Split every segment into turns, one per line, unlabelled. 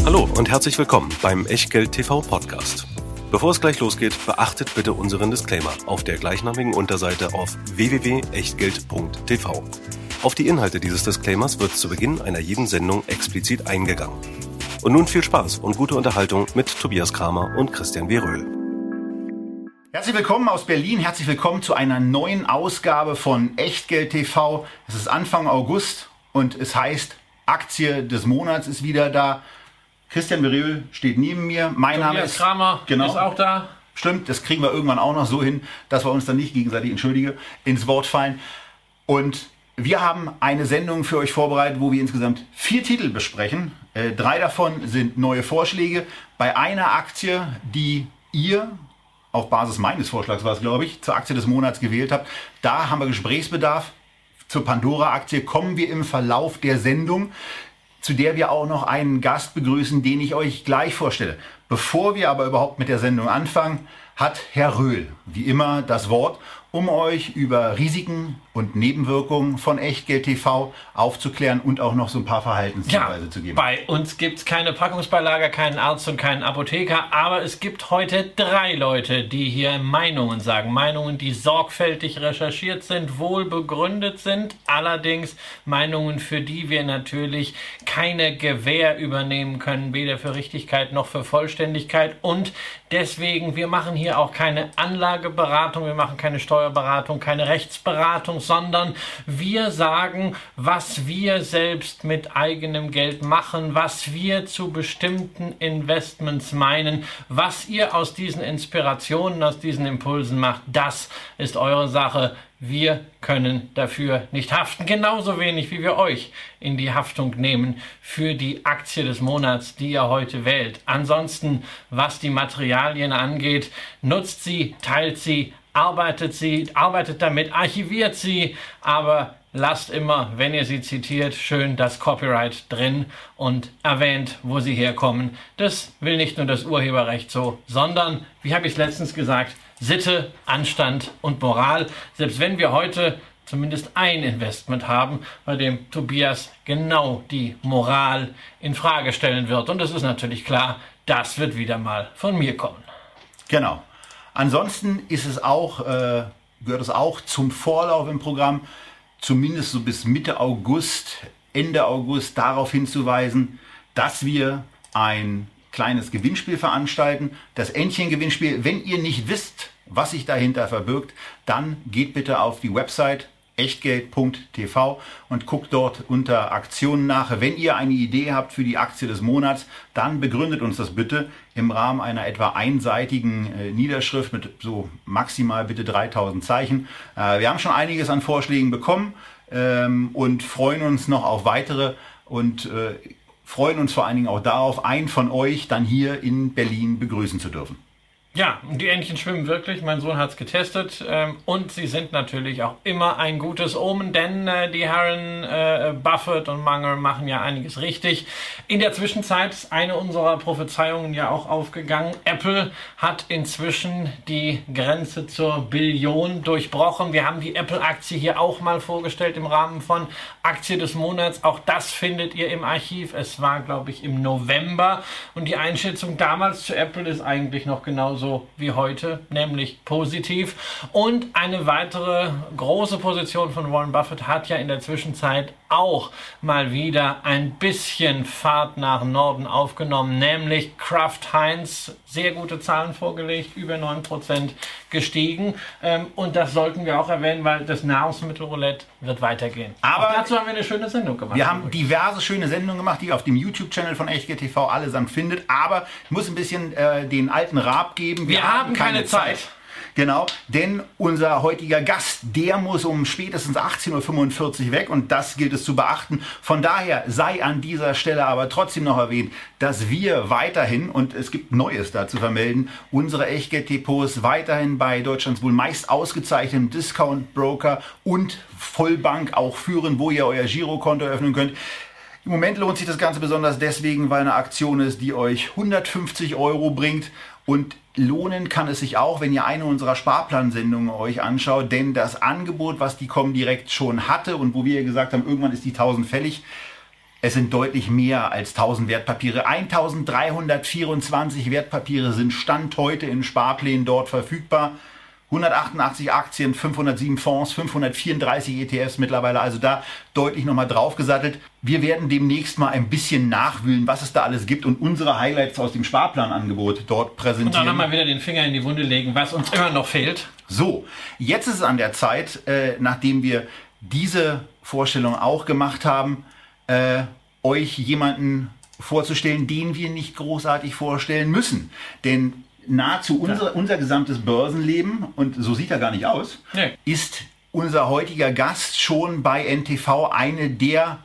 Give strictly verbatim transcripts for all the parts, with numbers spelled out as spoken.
Hallo und herzlich willkommen beim Echtgeld T V Podcast. Bevor es gleich losgeht, beachtet bitte unseren Disclaimer auf der gleichnamigen Unterseite auf w w w punkt echtgeld punkt t v. Auf die Inhalte dieses Disclaimers wird zu Beginn einer jeden Sendung explizit eingegangen. Und nun viel Spaß und gute Unterhaltung mit Tobias Kramer und Christian W. Röhl.
Herzlich willkommen aus Berlin, herzlich willkommen zu einer neuen Ausgabe von Echtgeld T V. Es ist Anfang August und es heißt, Aktie des Monats ist wieder da. Christian W. Röhl steht neben mir. Mein Name ist
Kramer,
genau,
ist auch da.
Stimmt, das kriegen wir irgendwann auch noch so hin, dass wir uns dann nicht gegenseitig, entschuldige, ins Wort fallen. Und wir haben eine Sendung für euch vorbereitet, wo wir insgesamt vier Titel besprechen. Äh, drei davon sind neue Vorschläge. Bei einer Aktie, die ihr auf Basis meines Vorschlags war es, glaube ich, zur Aktie des Monats gewählt habt, da haben wir Gesprächsbedarf. Zur Pandora-Aktie kommen wir im Verlauf der Sendung, zu der wir auch noch einen Gast begrüßen, den ich euch gleich vorstelle. Bevor wir aber überhaupt mit der Sendung anfangen, hat Herr Röhl wie immer das Wort, um euch über Risiken und Nebenwirkungen von Echtgeld T V aufzuklären und auch noch so ein paar Verhaltenshinweise
ja,
zu geben.
Bei uns gibt es keine Packungsbeilage, keinen Arzt und keinen Apotheker, aber es gibt heute drei Leute, die hier Meinungen sagen. Meinungen, die sorgfältig recherchiert sind, wohl begründet sind, allerdings Meinungen, für die wir natürlich keine Gewähr übernehmen können, weder für Richtigkeit noch für Vollständigkeit, und deswegen, wir machen hier auch keine Anlageberatung, wir machen keine Steuerberatung, keine Rechtsberatung, sondern wir sagen, was wir selbst mit eigenem Geld machen, was wir zu bestimmten Investments meinen, was ihr aus diesen Inspirationen, aus diesen Impulsen macht, das ist eure Sache. Wir können dafür nicht haften, genauso wenig wie wir euch in die Haftung nehmen für die Aktie des Monats, die ihr heute wählt. Ansonsten, was die Materialien angeht, nutzt sie, teilt sie, arbeitet sie, arbeitet damit, archiviert sie, aber lasst immer, wenn ihr sie zitiert, schön das Copyright drin und erwähnt, wo sie herkommen. Das will nicht nur das Urheberrecht so, sondern, wie habe ich es letztens gesagt, Sitte, Anstand und Moral. Selbst wenn wir heute zumindest ein Investment haben, bei dem Tobias genau die Moral in Frage stellen wird. Und das ist natürlich klar, das wird wieder mal von mir kommen.
Genau. Ansonsten ist es auch, äh, gehört es auch zum Vorlauf im Programm, zumindest so bis Mitte August, Ende August darauf hinzuweisen, dass wir ein kleines Gewinnspiel veranstalten. Das Entchen-Gewinnspiel. Wenn ihr nicht wisst, was sich dahinter verbirgt, dann geht bitte auf die Website echtgeld punkt t v und guckt dort unter Aktionen nach. Wenn ihr eine Idee habt für die Aktie des Monats, dann begründet uns das bitte im Rahmen einer etwa einseitigen äh, Niederschrift mit so maximal bitte dreitausend Zeichen. Äh, wir haben schon einiges an Vorschlägen bekommen ähm, und freuen uns noch auf weitere und äh, freuen uns vor allen Dingen auch darauf, einen von euch dann hier in Berlin begrüßen zu dürfen.
Ja, die Entchen schwimmen wirklich, mein Sohn hat es getestet, ähm, und sie sind natürlich auch immer ein gutes Omen, denn äh, die Herren äh, Buffett und Munger machen ja einiges richtig. In der Zwischenzeit ist eine unserer Prophezeiungen ja auch aufgegangen. Apple hat inzwischen die Grenze zur Billion durchbrochen. Wir haben die Apple-Aktie hier auch mal vorgestellt im Rahmen von Aktie des Monats. Auch das findet ihr im Archiv. Es war, glaube ich, im November, und die Einschätzung damals zu Apple ist eigentlich noch genauso wie heute, nämlich positiv. Und eine weitere große Position von Warren Buffett hat ja in der Zwischenzeit auch mal wieder ein bisschen Fahrt nach Norden aufgenommen, nämlich Kraft Heinz, sehr gute Zahlen vorgelegt, über neun Prozent gestiegen. Ähm, und das sollten wir auch erwähnen, weil das Nahrungsmittelroulette wird weitergehen.
Aber
auch dazu haben wir eine schöne Sendung gemacht.
Wir haben diverse schöne Sendungen gemacht, die ihr auf dem YouTube-Channel von Echtgeld T V allesamt findet. Aber ich muss ein bisschen äh, den alten Raab geben.
Wir, wir haben, haben keine, keine Zeit. Zeit.
Genau, denn unser heutiger Gast, der muss um spätestens achtzehn Uhr fünfundvierzig weg, und das gilt es zu beachten. Von daher sei an dieser Stelle aber trotzdem noch erwähnt, dass wir weiterhin, und es gibt Neues dazu vermelden, unsere Echtgeld-Depots weiterhin bei Deutschlands wohl meist ausgezeichneten Discount-Broker und Vollbank auch führen, wo ihr euer Girokonto öffnen könnt. Im Moment lohnt sich das Ganze besonders deswegen, weil eine Aktion ist, die euch hundertfünfzig Euro bringt, und lohnen kann es sich auch, wenn ihr eine unserer Sparplansendungen euch anschaut, denn das Angebot, was die Comdirect schon hatte und wo wir gesagt haben, irgendwann ist die tausend fällig, Es sind deutlich mehr als tausend Wertpapiere. eintausenddreihundertvierundzwanzig Wertpapiere sind Stand heute in Sparplänen dort verfügbar. hundertachtundachtzig Aktien, fünfhundertsieben Fonds, fünfhundertvierunddreißig E T Fs mittlerweile, also da deutlich nochmal draufgesattelt. Wir werden demnächst mal ein bisschen nachwühlen, was es da alles gibt und unsere Highlights aus dem Sparplanangebot dort präsentieren.
Und dann nochmal wieder den Finger in die Wunde legen, was uns immer noch fehlt.
So, jetzt ist es an der Zeit, äh, nachdem wir diese Vorstellung auch gemacht haben, äh, euch jemanden vorzustellen, den wir nicht großartig vorstellen müssen. Denn nahezu unser, unser gesamtes Börsenleben, und so sieht er gar nicht aus, nee. ist unser heutiger Gast schon bei N T V eine der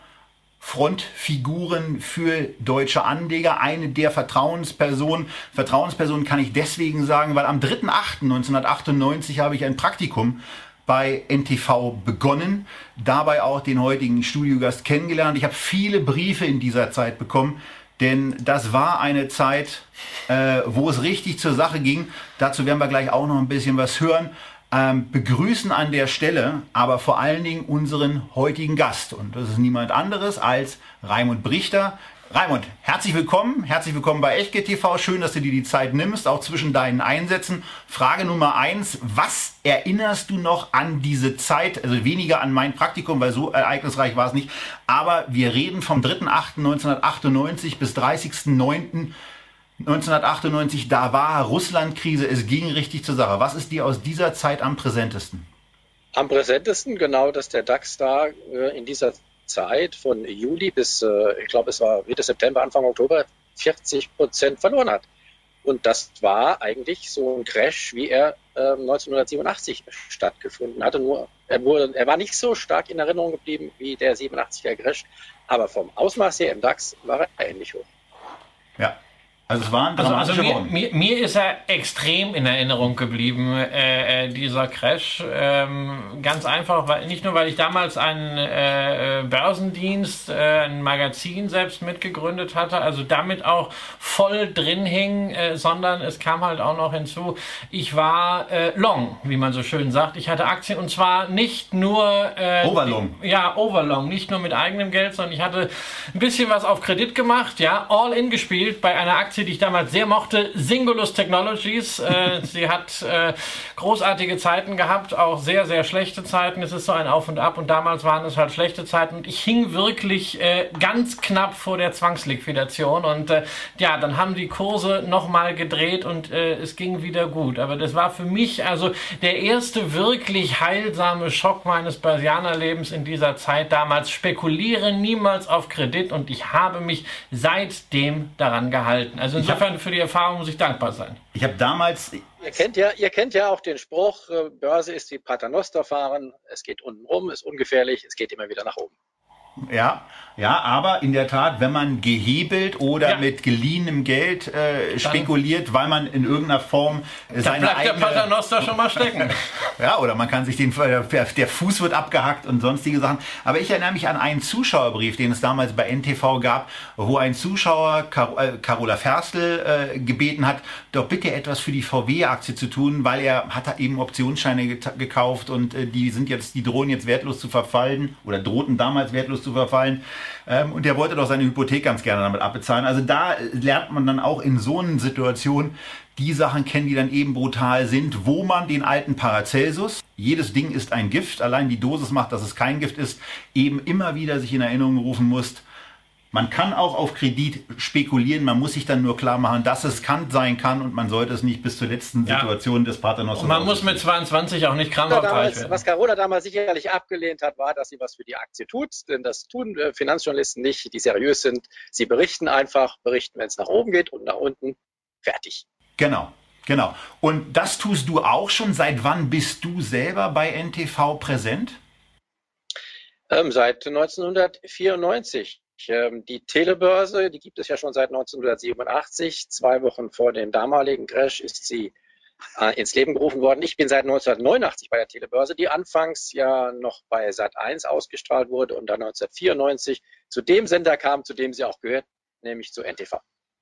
Frontfiguren für deutsche Anleger, eine der Vertrauenspersonen. Vertrauenspersonen kann ich deswegen sagen, weil am dritter achter neunzehnhundertachtundneunzig habe ich ein Praktikum bei N T V begonnen, dabei auch den heutigen Studiogast kennengelernt. Ich habe viele Briefe in dieser Zeit bekommen, denn das war eine Zeit, äh, wo es richtig zur Sache ging. Dazu werden wir gleich auch noch ein bisschen was hören. Ähm, begrüßen an der Stelle aber vor allen Dingen unseren heutigen Gast. Und das ist niemand anderes als Raimund Brichter. Raimund, herzlich willkommen. Herzlich willkommen bei Echtgeld T V. Schön, dass du dir die Zeit nimmst, auch zwischen deinen Einsätzen. Frage Nummer eins. Was erinnerst du noch an diese Zeit? Also weniger an mein Praktikum, weil so ereignisreich war es nicht. Aber wir reden vom dritter achter neunzehnhundertachtundneunzig bis dreißigster neunter neunzehnhundertachtundneunzig. Da war Russlandkrise. Es ging richtig zur Sache. Was ist dir aus dieser Zeit am präsentesten?
Am präsentesten genau, dass der DAX da äh, in dieser Zeit von Juli bis, äh, ich glaube, es war Mitte September, Anfang Oktober, vierzig Prozent verloren hat. Und das war eigentlich so ein Crash, wie er äh, neunzehnhundertsiebenundachtzig stattgefunden hatte. Nur er, wurde, er war nicht so stark in Erinnerung geblieben wie der siebenundachtziger Crash, aber vom Ausmaß her im DAX war er ähnlich hoch.
Ja. Also es waren dramatische
also, also
Wochen.
Mir, mir, mir ist er extrem in Erinnerung geblieben, äh, dieser Crash. Ähm, ganz einfach, weil nicht nur, weil ich damals einen äh, Börsendienst, äh, ein Magazin selbst mitgegründet hatte, also damit auch voll drin hing, äh, sondern es kam halt auch noch hinzu, ich war äh, long, wie man so schön sagt. Ich hatte Aktien und zwar nicht nur... Äh,
Overlong.
Ja, Overlong. Nicht nur mit eigenem Geld, sondern ich hatte ein bisschen was auf Kredit gemacht, ja, all in gespielt bei einer Aktie, die ich damals sehr mochte, Singulus Technologies. Äh, sie hat äh, großartige Zeiten gehabt, auch sehr, sehr schlechte Zeiten. Es ist so ein Auf und Ab und damals waren es halt schlechte Zeiten und ich hing wirklich äh, ganz knapp vor der Zwangsliquidation und äh, ja, dann haben die Kurse nochmal gedreht und äh, es ging wieder gut. Aber das war für mich also der erste wirklich heilsame Schock meines Börsianerlebens in dieser Zeit damals. Spekuliere niemals auf Kredit und ich habe mich seitdem daran gehalten. Also insofern für die Erfahrung muss ich dankbar sein.
Ich habe damals...
Ihr kennt, ja, ihr kennt ja auch den Spruch, äh, Börse ist wie Paternoster fahren, es geht unten rum, ist ungefährlich, es geht immer wieder nach oben.
Ja, ja, aber in der Tat, wenn man gehebelt oder ja. mit geliehenem Geld äh, spekuliert, weil man in irgendeiner Form äh, seine
bleibt
eigene...
der Paternoster schon mal stecken.
Ja, oder man kann sich den, der Fuß wird abgehackt und sonstige Sachen. Aber ich erinnere mich an einen Zuschauerbrief, den es damals bei N T V gab, wo ein Zuschauer, Car äh, Carola Ferstl, äh, gebeten hat, doch bitte etwas für die V W-Aktie zu tun, weil er hat eben Optionsscheine gekauft und äh, die sind jetzt, die drohen jetzt wertlos zu verfallen oder drohten damals wertlos zu verfallen. Ähm, und der wollte doch seine Hypothek ganz gerne damit abbezahlen. Also da lernt man dann auch in so einer Situation die Sachen kennen, die dann eben brutal sind, wo man den alten Paracelsus, jedes Ding ist ein Gift, allein die Dosis macht, dass es kein Gift ist, eben immer wieder sich in Erinnerung rufen muss. Man kann auch auf Kredit spekulieren, man muss sich dann nur klar machen, dass es Kant sein kann und man sollte es nicht bis zur letzten ja. Situation des Paternosters.
Und man muss mit zweiundzwanzig auch nicht krankhaft reich werden.
Was Carola damals sicherlich abgelehnt hat, war, dass sie was für die Aktie tut, denn das tun äh, Finanzjournalisten nicht, die seriös sind. Sie berichten einfach, berichten, wenn es nach oben geht und nach unten, fertig.
Genau, genau. Und das tust du auch schon. Seit wann bist du selber bei N T V präsent?
Ähm, seit neunzehnhundertvierundneunzig. Die Telebörse, die gibt es ja schon seit neunzehnhundertsiebenundachtzig. Zwei Wochen vor dem damaligen Crash ist sie äh, ins Leben gerufen worden. Ich bin seit neunzehnhundertneunundachtzig bei der Telebörse, die anfangs ja noch bei Sat eins ausgestrahlt wurde und dann neunzehnhundertvierundneunzig zu dem Sender kam, zu dem sie auch gehört, nämlich zu N T V.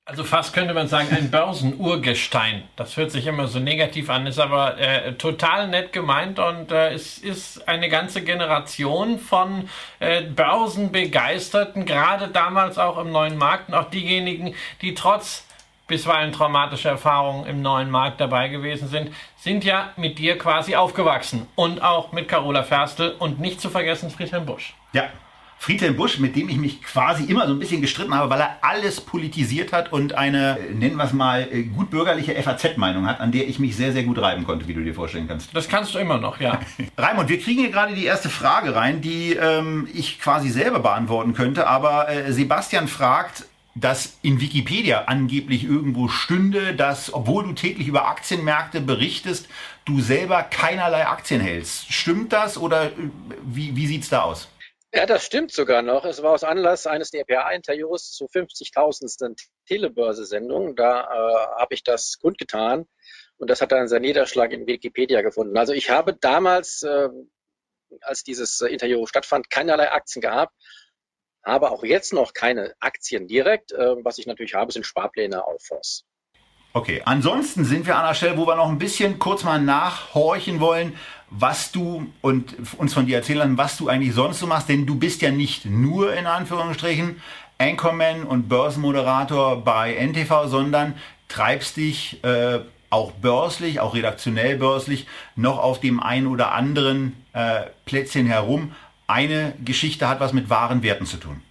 Also fast könnte man sagen, ein Börsenurgestein. Das hört sich immer so negativ an, ist aber äh, total nett gemeint und äh, es ist eine ganze Generation von äh, Börsenbegeisterten, gerade damals auch im neuen Markt und auch diejenigen, die trotz bisweilen traumatischer Erfahrungen im neuen Markt dabei gewesen sind, sind ja mit dir quasi aufgewachsen und auch mit Carola Ferstl und nicht zu vergessen Friedhelm Busch.
Ja. Friedhelm Busch, mit dem ich mich quasi immer so ein bisschen gestritten habe, weil er alles politisiert hat und eine, nennen wir es mal, gut bürgerliche F A Z-Meinung hat, an der ich mich sehr, sehr gut reiben konnte, wie du dir vorstellen kannst.
Das kannst du immer noch, ja.
Raimund, wir kriegen hier gerade die erste Frage rein, die ähm, ich quasi selber beantworten könnte, aber äh, Sebastian fragt, dass in Wikipedia angeblich irgendwo stünde, dass, obwohl du täglich über Aktienmärkte berichtest, du selber keinerlei Aktien hältst. Stimmt das oder wie, wie sieht es da aus?
Ja, das stimmt sogar noch. Es war aus Anlass eines D P A-Interviews zur fünfzigtausendsten Telebörse-Sendung. Da äh, habe ich das kundgetan und das hat dann seinen Niederschlag in Wikipedia gefunden. Also ich habe damals, äh, als dieses äh, Interview stattfand, keinerlei Aktien gehabt, habe auch jetzt noch keine Aktien direkt. Äh, was ich natürlich habe, sind Sparpläne auf Fonds.
Okay, ansonsten sind wir an der Stelle, wo wir noch ein bisschen kurz mal nachhorchen wollen, was du und uns von dir erzählen, was du eigentlich sonst so machst, denn du bist ja nicht nur in Anführungsstrichen Anchorman und Börsenmoderator bei N T V, sondern treibst dich äh, auch börslich, auch redaktionell börslich, noch auf dem einen oder anderen äh, Plätzchen herum. Eine Geschichte hat was mit wahren Werten zu tun.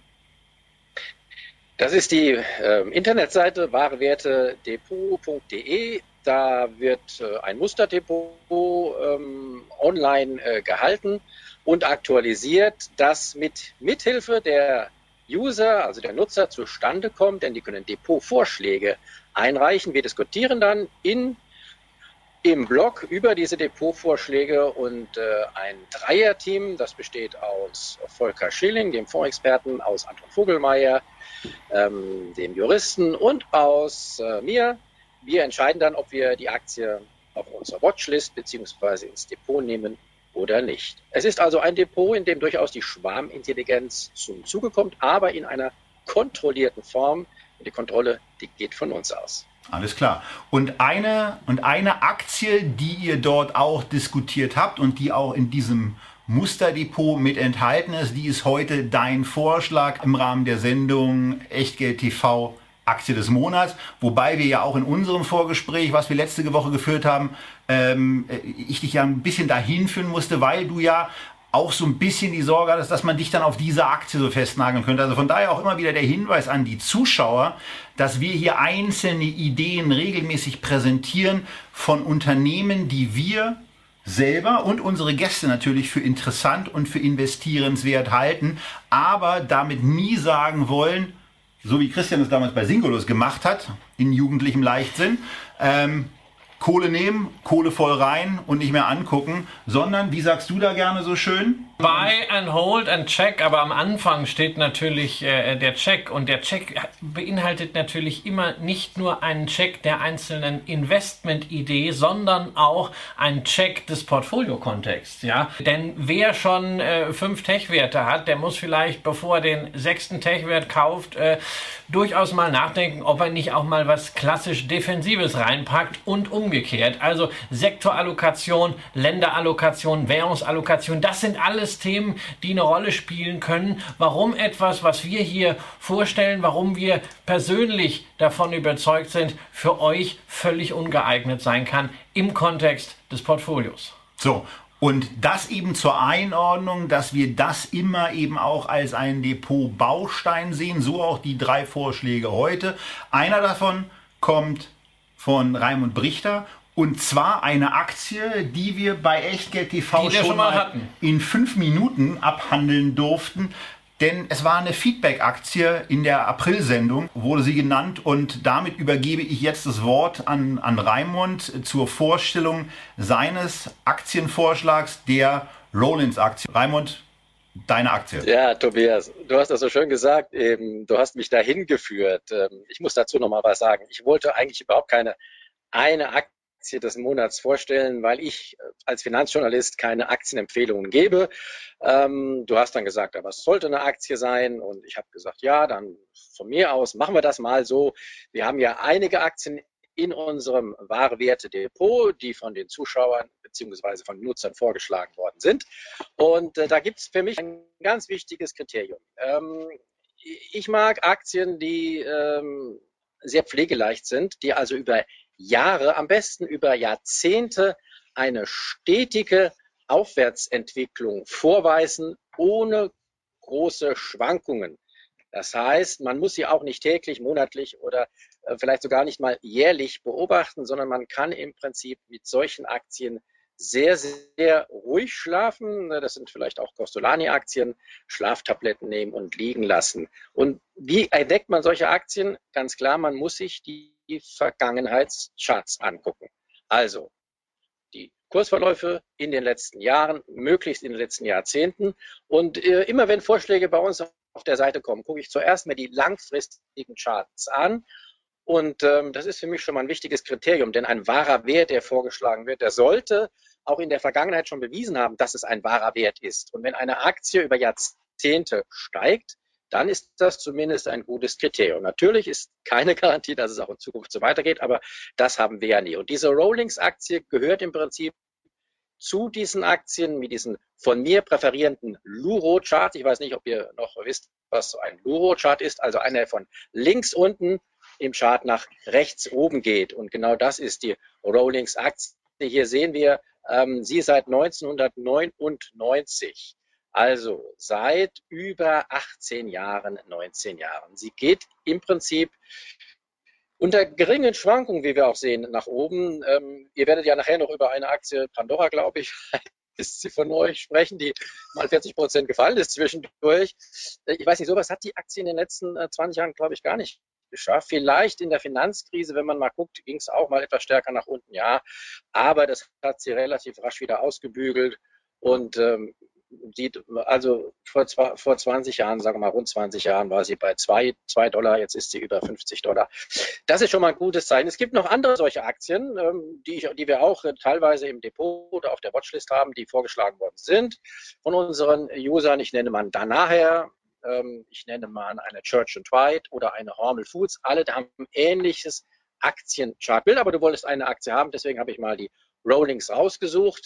Das ist die äh, Internetseite warewertedepot punkt de. Da wird äh, ein Musterdepot ähm, online äh, gehalten und aktualisiert, das mit Mithilfe der User, also der Nutzer, zustande kommt, denn die können Depotvorschläge einreichen. Wir diskutieren dann in, im Blog über diese Depotvorschläge und äh, ein Dreierteam, das besteht aus Volker Schilling, dem Fondsexperten, aus Anton Vogelmeier, ähm, dem Juristen und aus äh, mir. Wir entscheiden dann, ob wir die Aktie auf unsere Watchlist bzw. ins Depot nehmen oder nicht. Es ist also ein Depot, in dem durchaus die Schwarmintelligenz zum Zuge kommt, aber in einer kontrollierten Form. Und die Kontrolle, die geht von uns aus.
Alles klar. Und eine, und eine Aktie, die ihr dort auch diskutiert habt und die auch in diesem Musterdepot mit enthalten ist, die ist heute dein Vorschlag im Rahmen der Sendung Echtgeld T V Aktie des Monats, wobei wir ja auch in unserem Vorgespräch, was wir letzte Woche geführt haben, ähm, ich dich ja ein bisschen dahin führen musste, weil du ja auch so ein bisschen die Sorge hattest, dass man dich dann auf diese Aktie so festnageln könnte. Also von daher auch immer wieder der Hinweis an die Zuschauer, dass wir hier einzelne Ideen regelmäßig präsentieren von Unternehmen, die wir selber und unsere Gäste natürlich für interessant und für investierenswert halten, aber damit nie sagen wollen, so wie Christian es damals bei Singulus gemacht hat, in jugendlichem Leichtsinn, ähm, Kohle nehmen, Kohle voll rein und nicht mehr angucken, sondern, wie sagst du da gerne so schön?
Buy and hold and check, aber am Anfang steht natürlich äh, der Check und der Check beinhaltet natürlich immer nicht nur einen Check der einzelnen Investmentidee, sondern auch einen Check des Portfolio-Kontexts, ja. Denn wer schon äh, fünf Tech-Werte hat, der muss vielleicht, bevor er den sechsten Tech-Wert kauft, äh, durchaus mal nachdenken, ob er nicht auch mal was klassisch Defensives reinpackt und umgekehrt. Also Sektorallokation, Länderallokation, Währungsallokation, das sind alles Themen, die eine Rolle spielen können, warum etwas, was wir hier vorstellen, warum wir persönlich davon überzeugt sind, für euch völlig ungeeignet sein kann im Kontext des Portfolios.
So, und das eben zur Einordnung, dass wir das immer eben auch als einen Depot-Baustein sehen, so auch die drei Vorschläge heute. Einer davon kommt von Raimund Brichter. Und zwar eine Aktie, die wir bei Echtgeld T V schon, schon mal hatten. in fünf Minuten abhandeln durften. Denn es war eine Feedback-Aktie in der April-Sendung, wurde sie genannt. Und damit übergebe ich jetzt das Wort an, an Raimund zur Vorstellung seines Aktienvorschlags, der Rollins-Aktie. Raimund, deine Aktie.
Ja, Tobias, du hast das so schön gesagt. Eben, du hast mich dahin geführt. Ich muss dazu noch mal was sagen. Ich wollte eigentlich überhaupt keine eine Aktie Aktie des Monats vorstellen, weil ich als Finanzjournalist keine Aktienempfehlungen gebe. Ähm, du hast dann gesagt, aber es sollte eine Aktie sein und ich habe gesagt, ja, dann von mir aus machen wir das mal so. Wir haben ja einige Aktien in unserem Wahrwerte-Depot, die von den Zuschauern bzw. von Nutzern vorgeschlagen worden sind. Und äh, da gibt es für mich ein ganz wichtiges Kriterium. Ähm, ich mag Aktien, die ähm, sehr pflegeleicht sind, die also über Jahre, am besten über Jahrzehnte eine stetige Aufwärtsentwicklung vorweisen, ohne große Schwankungen. Das heißt, man muss sie auch nicht täglich, monatlich oder äh, vielleicht sogar nicht mal jährlich beobachten, sondern man kann im Prinzip mit solchen Aktien sehr, sehr ruhig schlafen. Das sind vielleicht auch Costolani-Aktien, Schlaftabletten nehmen und liegen lassen. Und wie entdeckt man solche Aktien? Ganz klar, man muss sich die Vergangenheitscharts angucken. Also die Kursverläufe in den letzten Jahren, möglichst in den letzten Jahrzehnten. Und äh, immer wenn Vorschläge bei uns auf der Seite kommen, gucke ich zuerst mir die langfristigen Charts an. Und ähm, das ist für mich schon mal ein wichtiges Kriterium, denn ein wahrer Wert, der vorgeschlagen wird, der sollte auch in der Vergangenheit schon bewiesen haben, dass es ein wahrer Wert ist. Und wenn eine Aktie über Jahrzehnte steigt, dann ist das zumindest ein gutes Kriterium. Natürlich ist keine Garantie, dass es auch in Zukunft so weitergeht, aber das haben wir ja nie. Und diese Rollings-Aktie gehört im Prinzip zu diesen Aktien mit diesen von mir präferierenden Luro-Chart. Ich weiß nicht, ob ihr noch wisst, was so ein Luro-Chart ist, also einer von links unten im Chart nach rechts oben geht. Und genau das ist die Rollings-Aktie. Hier sehen wir ähm, sie seit neunzehnhundertneunundneunzig. Also seit über achtzehn Jahren, neunzehn Jahren. Sie geht im Prinzip unter geringen Schwankungen, wie wir auch sehen, nach oben. Ähm, ihr werdet ja nachher noch über eine Aktie Pandora, glaube ich, ist sie von euch sprechen, die mal vierzig Prozent gefallen ist zwischendurch. Ich weiß nicht, sowas hat die Aktie in den letzten zwanzig Jahren, glaube ich, gar nicht geschafft. Vielleicht in der Finanzkrise, wenn man mal guckt, ging es auch mal etwas stärker nach unten, ja. Aber das hat sie relativ rasch wieder ausgebügelt. Und ähm, die, also vor, vor zwanzig Jahren, sagen wir mal rund zwanzig Jahren, war sie bei zwei Dollar, jetzt ist sie über fünfzig Dollar. Das ist schon mal ein gutes Zeichen. Es gibt noch andere solche Aktien, ähm, die, ich, die wir auch äh, teilweise im Depot oder auf der Watchlist haben, die vorgeschlagen worden sind von unseren Usern. Ich nenne mal da nachher. Ich nenne mal eine Church and Dwight oder eine Hormel Foods. Alle haben ein ähnliches Aktienchartbild, aber du wolltest eine Aktie haben, deswegen habe ich mal die Rollings rausgesucht,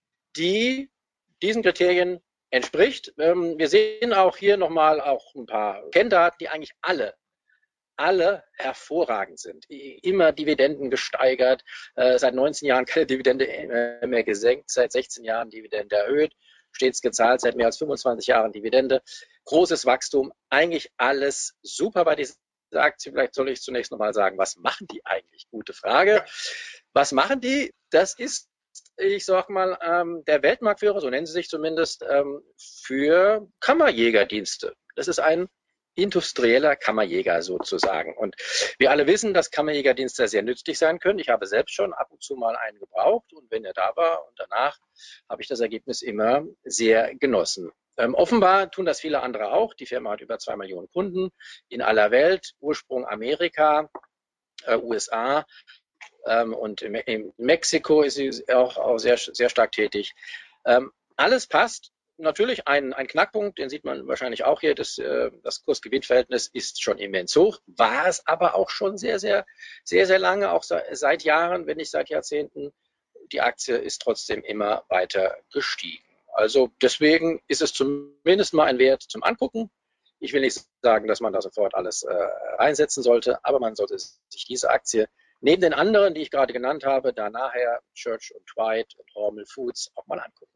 die diesen Kriterien entspricht. Wir sehen auch hier nochmal auch ein paar Kenndaten, die eigentlich alle, alle hervorragend sind. Immer Dividenden gesteigert, seit neunzehn Jahren keine Dividende mehr gesenkt, seit sechzehn Jahren Dividende erhöht, stets gezahlt, seit mehr als fünfundzwanzig Jahren Dividende. Großes Wachstum, eigentlich alles super bei dieser Aktie. Vielleicht soll ich zunächst nochmal sagen, was machen die eigentlich? Gute Frage. Was machen die? Das ist, ich sag mal, ähm, der Weltmarktführer, so nennen sie sich zumindest, ähm, für Kammerjägerdienste. Das ist ein industrieller Kammerjäger sozusagen. Und wir alle wissen, dass Kammerjägerdienste sehr nützlich sein können. Ich habe selbst schon ab und zu mal einen gebraucht und wenn er da war und danach habe ich das Ergebnis immer sehr genossen. Ähm, offenbar tun das viele andere auch. Die Firma hat über zwei Millionen Kunden in aller Welt, Ursprung Amerika, äh, U S A ähm, und in, in Mexiko ist sie auch, auch sehr, sehr stark tätig. Ähm, alles passt. Natürlich ein, ein Knackpunkt, den sieht man wahrscheinlich auch hier, das, äh, das Kurs-Gewinn-Verhältnis ist schon immens hoch, war es aber auch schon sehr, sehr, sehr, sehr lange, auch seit Jahren, wenn nicht seit Jahrzehnten. Die Aktie ist trotzdem immer weiter gestiegen. Also deswegen ist es zumindest mal ein Wert zum Angucken. Ich will nicht sagen, dass man da sofort alles äh, reinsetzen sollte, aber man sollte sich diese Aktie neben den anderen, die ich gerade genannt habe, da nachher Church und Dwight und Hormel Foods auch mal angucken.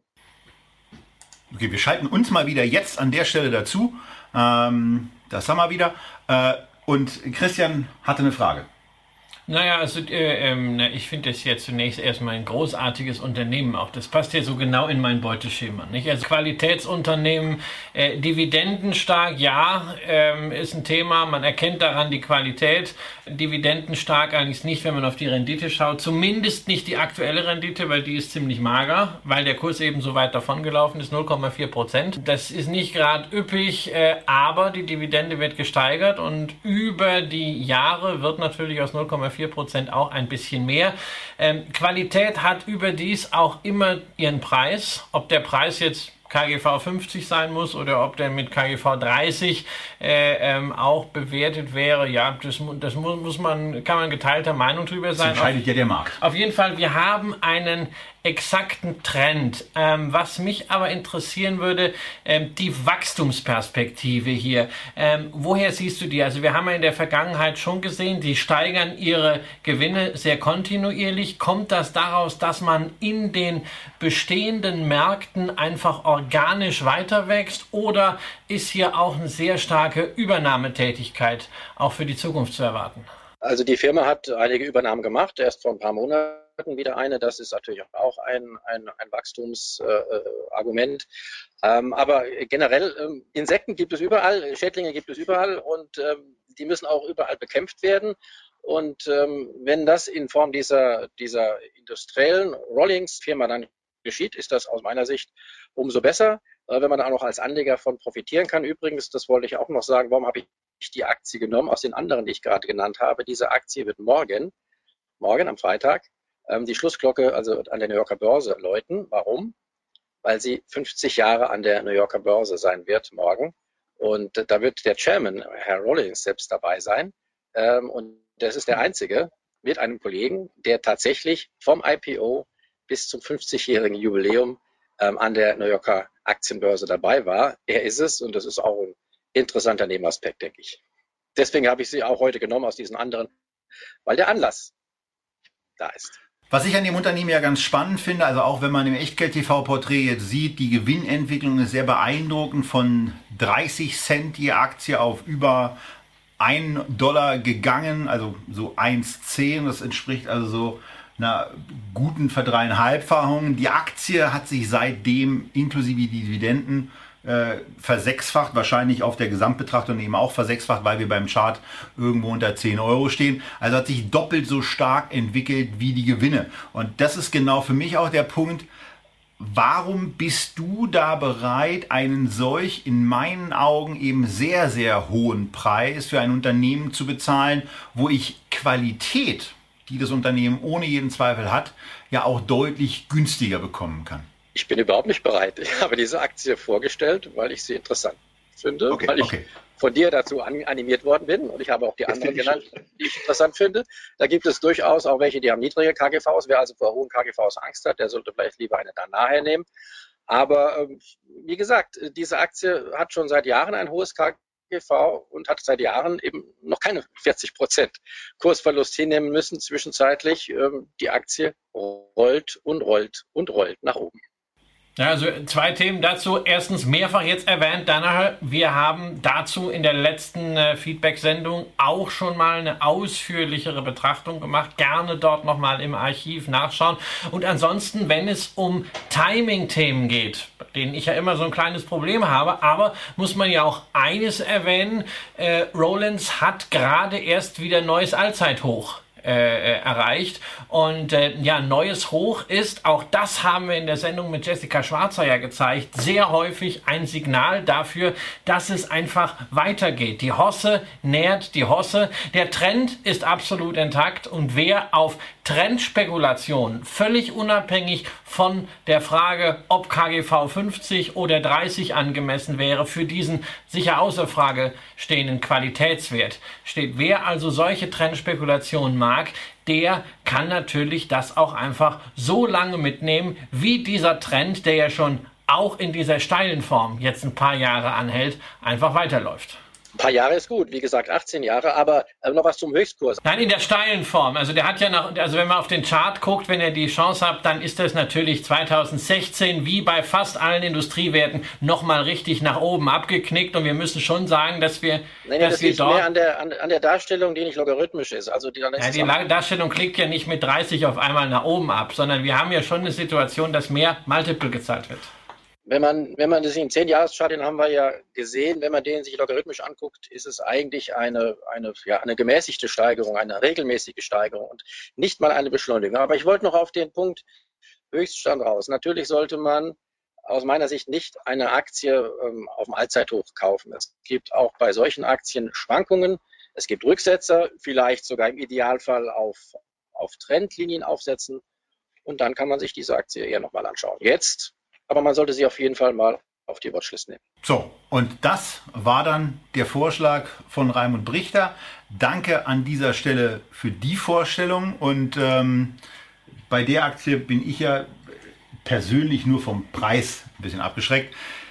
Okay, wir schalten uns mal wieder jetzt an der Stelle dazu. Ähm, das haben wir wieder. Äh, und Christian hatte eine Frage.
Naja, also äh, ähm, ich finde das jetzt zunächst erstmal ein großartiges Unternehmen auch. Das passt ja so genau in mein Beuteschema, nicht? Also Qualitätsunternehmen, äh, dividendenstark, ja, ähm, ist ein Thema. Man erkennt daran die Qualität. Dividendenstark eigentlich nicht, wenn man auf die Rendite schaut. Zumindest nicht die aktuelle Rendite, weil die ist ziemlich mager, weil der Kurs eben so weit davon gelaufen ist, null Komma vier Prozent. Das ist nicht gerade üppig, äh, aber die Dividende wird gesteigert und über die Jahre wird natürlich aus null Komma vier vier Prozent, auch ein bisschen mehr. Ähm, Qualität hat überdies auch immer ihren Preis. Ob der Preis jetzt K G V fünfzig sein muss oder ob der mit K G V dreißig äh, ähm, auch bewertet wäre, ja, das, das muss, muss man, kann man geteilter Meinung drüber sein.
Das entscheidet
auf,
ja der Markt.
Auf jeden Fall, wir haben einen exakten Trend. Ähm, was mich aber interessieren würde, ähm, die Wachstumsperspektive hier. Ähm, woher siehst du die? Also wir haben ja in der Vergangenheit schon gesehen, die steigern ihre Gewinne sehr kontinuierlich. Kommt das daraus, dass man in den bestehenden Märkten einfach organisch weiter wächst, oder ist hier auch eine sehr starke Übernahmetätigkeit auch für die Zukunft zu erwarten?
Also die Firma hat einige Übernahmen gemacht, erst vor ein paar Monaten wieder eine. Das ist natürlich auch ein, ein, ein Wachstumsargument. Äh, ähm, aber generell, ähm, Insekten gibt es überall, Schädlinge gibt es überall, und ähm, die müssen auch überall bekämpft werden. Und ähm, wenn das in Form dieser, dieser industriellen Rollings-Firma dann geschieht, ist das aus meiner Sicht umso besser, äh, wenn man auch noch als Anleger von profitieren kann. Übrigens, das wollte ich auch noch sagen, warum habe ich die Aktie genommen aus den anderen, die ich gerade genannt habe. Diese Aktie wird morgen, morgen am Freitag, ähm, die Schlussglocke also an der New Yorker Börse läuten. Warum? Weil sie fünfzig Jahre an der New Yorker Börse sein wird morgen. Und äh, da wird der Chairman, Herr Rollins, selbst dabei sein. Ähm, und das ist der einzige mit einem Kollegen, der tatsächlich vom I P O bis zum fünfzigjährigen Jubiläum ähm, an der New Yorker Aktienbörse dabei war. Er ist es, und das ist auch ein interessanter Nebenaspekt, denke ich. Deswegen habe ich sie auch heute genommen aus diesen anderen, weil der Anlass da ist.
Was ich an dem Unternehmen ja ganz spannend finde, also auch wenn man im Echtgeld-T V-Porträt jetzt sieht, die Gewinnentwicklung ist sehr beeindruckend, von dreißig Cent die Aktie auf über ein Dollar gegangen, also so eins Komma zehn, das entspricht also so einer guten Verdreieinhalbfachung. Die Aktie hat sich seitdem inklusive Dividenden äh, versechsfacht, wahrscheinlich auf der Gesamtbetrachtung eben auch versechsfacht, weil wir beim Chart irgendwo unter zehn Euro stehen. Also hat sich doppelt so stark entwickelt wie die Gewinne. Und das ist genau für mich auch der Punkt, warum bist du da bereit, einen solch in meinen Augen eben sehr, sehr hohen Preis für ein Unternehmen zu bezahlen, wo ich Qualität, die das Unternehmen ohne jeden Zweifel hat, ja auch deutlich günstiger bekommen kann?
Ich bin überhaupt nicht bereit. Ich habe diese Aktie vorgestellt, weil ich sie interessant finde,
okay,
weil ich
okay.
von dir dazu an, animiert worden bin, und ich habe auch die anderen genannt, die ich interessant finde. Da gibt es durchaus auch welche, die haben niedrige K G Vs. Wer also vor hohen K G Vs Angst hat, der sollte vielleicht lieber eine da nachher nehmen. Aber ähm, wie gesagt, diese Aktie hat schon seit Jahren ein hohes K G V und hat seit Jahren eben noch keine vierzig Prozent Kursverlust hinnehmen müssen zwischenzeitlich. Ähm, die Aktie rollt und rollt und rollt nach oben.
Ja, also zwei Themen dazu. Erstens, mehrfach jetzt erwähnt, Danaher, wir haben dazu in der letzten äh, Feedback-Sendung auch schon mal eine ausführlichere Betrachtung gemacht. Gerne dort nochmal im Archiv nachschauen. Und ansonsten, wenn es um Timing-Themen geht, bei denen ich ja immer so ein kleines Problem habe, aber muss man ja auch eines erwähnen, äh, Rollins hat gerade erst wieder neues Allzeithoch Äh, erreicht. Und äh, ja, neues Hoch ist, auch das haben wir in der Sendung mit Jessica Schwarzer ja gezeigt, sehr häufig ein Signal dafür, dass es einfach weitergeht. Die Hosse nährt die Hosse. Der Trend ist absolut intakt, und wer auf Trendspekulationen, völlig unabhängig von der Frage, ob K G V fünfzig oder dreißig angemessen wäre, für diesen sicher außer Frage stehenden Qualitätswert steht. Wer also solche Trendspekulationen mag, der kann natürlich das auch einfach so lange mitnehmen, wie dieser Trend, der ja schon auch in dieser steilen Form jetzt ein paar Jahre anhält, einfach weiterläuft.
Ein paar Jahre ist gut, wie gesagt achtzehn Jahre, aber äh, noch was zum Höchstkurs.
Nein, in der steilen Form. Also der hat ja noch, also wenn man auf den Chart guckt, wenn ihr die Chance habt, dann ist das natürlich zweitausendsechzehn wie bei fast allen Industriewerten nochmal richtig nach oben abgeknickt, und wir müssen schon sagen, dass wir,
Nein,
dass
das
wir
liegt
dort
mehr an der, an, an der Darstellung, die nicht logarithmisch ist. Also die, dann ist
ja, die La- Darstellung klickt ja nicht mit dreißig auf einmal nach oben ab, sondern wir haben ja schon eine Situation, dass mehr Multiple gezahlt wird.
Wenn man, wenn man das in zehn Jahreschart, den haben wir ja gesehen, wenn man den sich logarithmisch anguckt, ist es eigentlich eine, eine, ja, eine gemäßigte Steigerung, eine regelmäßige Steigerung und nicht mal eine Beschleunigung. Aber ich wollte noch auf den Punkt Höchststand raus. Natürlich sollte man aus meiner Sicht nicht eine Aktie ähm, auf dem Allzeithoch kaufen. Es gibt auch bei solchen Aktien Schwankungen. Es gibt Rücksetzer, vielleicht sogar im Idealfall auf, auf Trendlinien aufsetzen. Und dann kann man sich diese Aktie eher nochmal anschauen. Jetzt, aber man sollte sie auf jeden Fall mal auf die Watchlist nehmen.
So, und das war dann der Vorschlag von Raimund Brichter. Danke an dieser Stelle für die Vorstellung. Und ähm, bei der Aktie bin ich ja persönlich nur vom Preis ein bisschen abgeschreckt.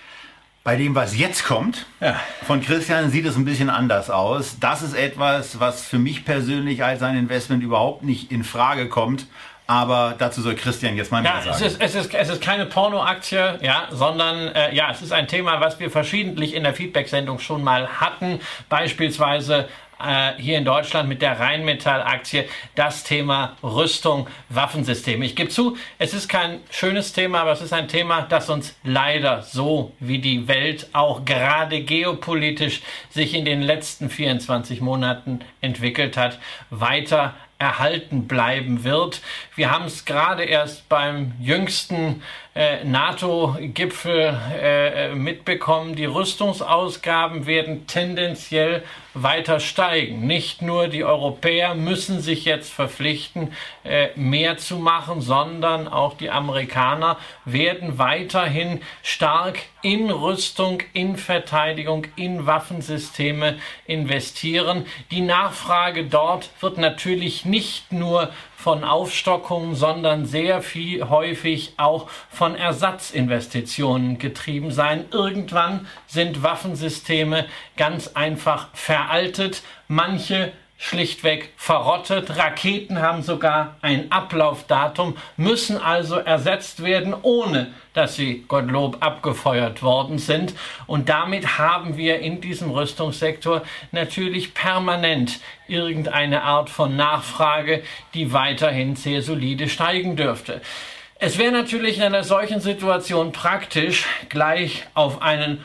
Bei dem, was jetzt kommt, ja, von Christian sieht es ein bisschen anders aus. Das ist etwas, was für mich persönlich als ein Investment überhaupt nicht in Frage kommt. Aber dazu soll Christian jetzt mal mehr
ja,
sagen.
Es ist, es ist, es ist keine Porno-Aktie, ja, sondern äh, ja, es ist ein Thema, was wir verschiedentlich in der Feedback-Sendung schon mal hatten. Beispielsweise äh, hier in Deutschland mit der Rheinmetall-Aktie das Thema Rüstung, Waffensysteme. Ich gebe zu, es ist kein schönes Thema, aber es ist ein Thema, das uns leider so wie die Welt auch gerade geopolitisch sich in den letzten vierundzwanzig Monaten entwickelt hat, weiter erhalten bleiben wird. Wir haben es gerade erst beim jüngsten äh, NATO-Gipfel äh, mitbekommen. Die Rüstungsausgaben werden tendenziell weiter steigen. Nicht nur die Europäer müssen sich jetzt verpflichten, äh, mehr zu machen, sondern auch die Amerikaner werden weiterhin stark in Rüstung, in Verteidigung, in Waffensysteme investieren. Die Nachfrage dort wird natürlich nicht nur von Aufstockungen, sondern sehr viel häufig auch von Ersatzinvestitionen getrieben sein. Irgendwann sind Waffensysteme ganz einfach veraltet, manche schlichtweg verrottet. Raketen haben sogar ein Ablaufdatum, müssen also ersetzt werden, ohne dass sie, Gottlob, abgefeuert worden sind. Und damit haben wir in diesem Rüstungssektor natürlich permanent irgendeine Art von Nachfrage, die weiterhin sehr solide steigen dürfte. Es wäre natürlich in einer solchen Situation praktisch, gleich auf einen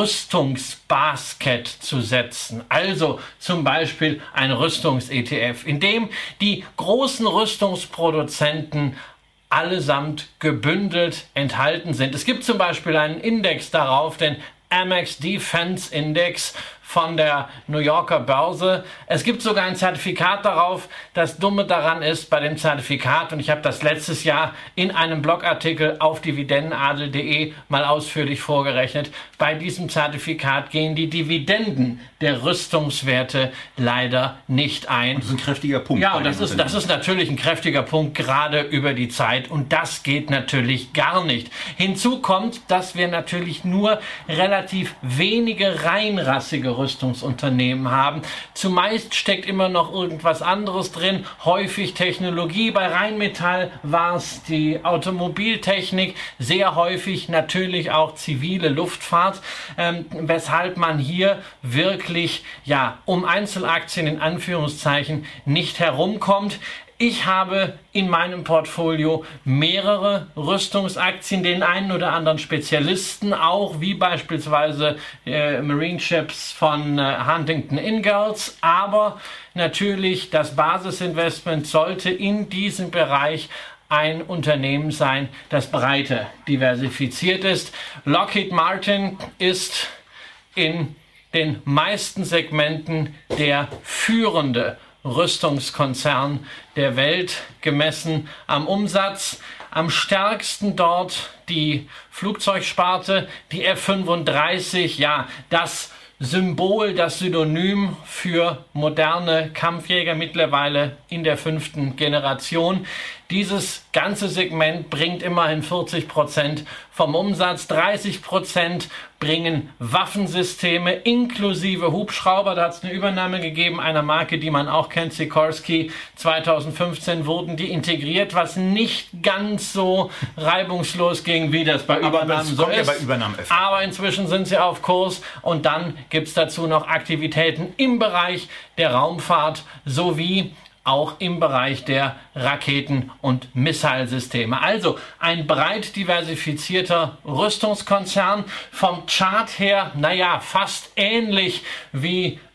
Rüstungsbasket zu setzen. Also zum Beispiel ein Rüstungs-E T F, in dem die großen Rüstungsproduzenten allesamt gebündelt enthalten sind. Es gibt zum Beispiel einen Index darauf, den Amex Defense Index von der New Yorker Börse. Es gibt sogar ein Zertifikat darauf. Das Dumme daran ist, bei dem Zertifikat, und ich habe das letztes Jahr in einem Blogartikel auf dividendenadel punkt de mal ausführlich vorgerechnet, bei diesem Zertifikat gehen die Dividenden der Rüstungswerte leider nicht ein.
Und das ist ein kräftiger Punkt.
Ja, und das ist, das ist natürlich ein kräftiger Punkt, gerade über die Zeit. Und das geht natürlich gar nicht. Hinzu kommt, dass wir natürlich nur relativ wenige reinrassige Rüstungsunternehmen haben. Zumeist steckt immer noch irgendwas anderes drin, häufig Technologie. Bei Rheinmetall war es die Automobiltechnik, sehr häufig natürlich auch zivile Luftfahrt, ähm, weshalb man hier wirklich ja um Einzelaktien in Anführungszeichen nicht herumkommt. Ich habe in meinem Portfolio mehrere Rüstungsaktien, den einen oder anderen Spezialisten auch, wie beispielsweise äh, Marine Ships von äh, Huntington Ingalls. Aber natürlich das Basisinvestment sollte in diesem Bereich ein Unternehmen sein, das breiter diversifiziert ist. Lockheed Martin ist in den meisten Segmenten der führende Rüstungskonzern der Welt, gemessen am Umsatz. Am stärksten dort die Flugzeugsparte, die F fünfunddreißig, ja, das Symbol, das Synonym für moderne Kampfjäger, mittlerweile in der fünften Generation. Dieses ganze Segment bringt immerhin vierzig Prozent vom Umsatz, dreißig Prozent bringen Waffensysteme inklusive Hubschrauber. Da hat es eine Übernahme gegeben einer Marke, die man auch kennt, Sikorsky. zweitausendfünfzehn wurden die integriert, was nicht ganz so reibungslos ging, wie das bei Übernahmen
Aber das
so
kommt
ist.
Ja bei Übernahmen öfter.
Aber inzwischen sind sie auf Kurs und dann gibt es dazu noch Aktivitäten im Bereich der Raumfahrt sowie auch im Bereich der Raketen- und Missilesysteme. Also ein breit diversifizierter Rüstungskonzern, vom Chart her, naja, fast ähnlich wie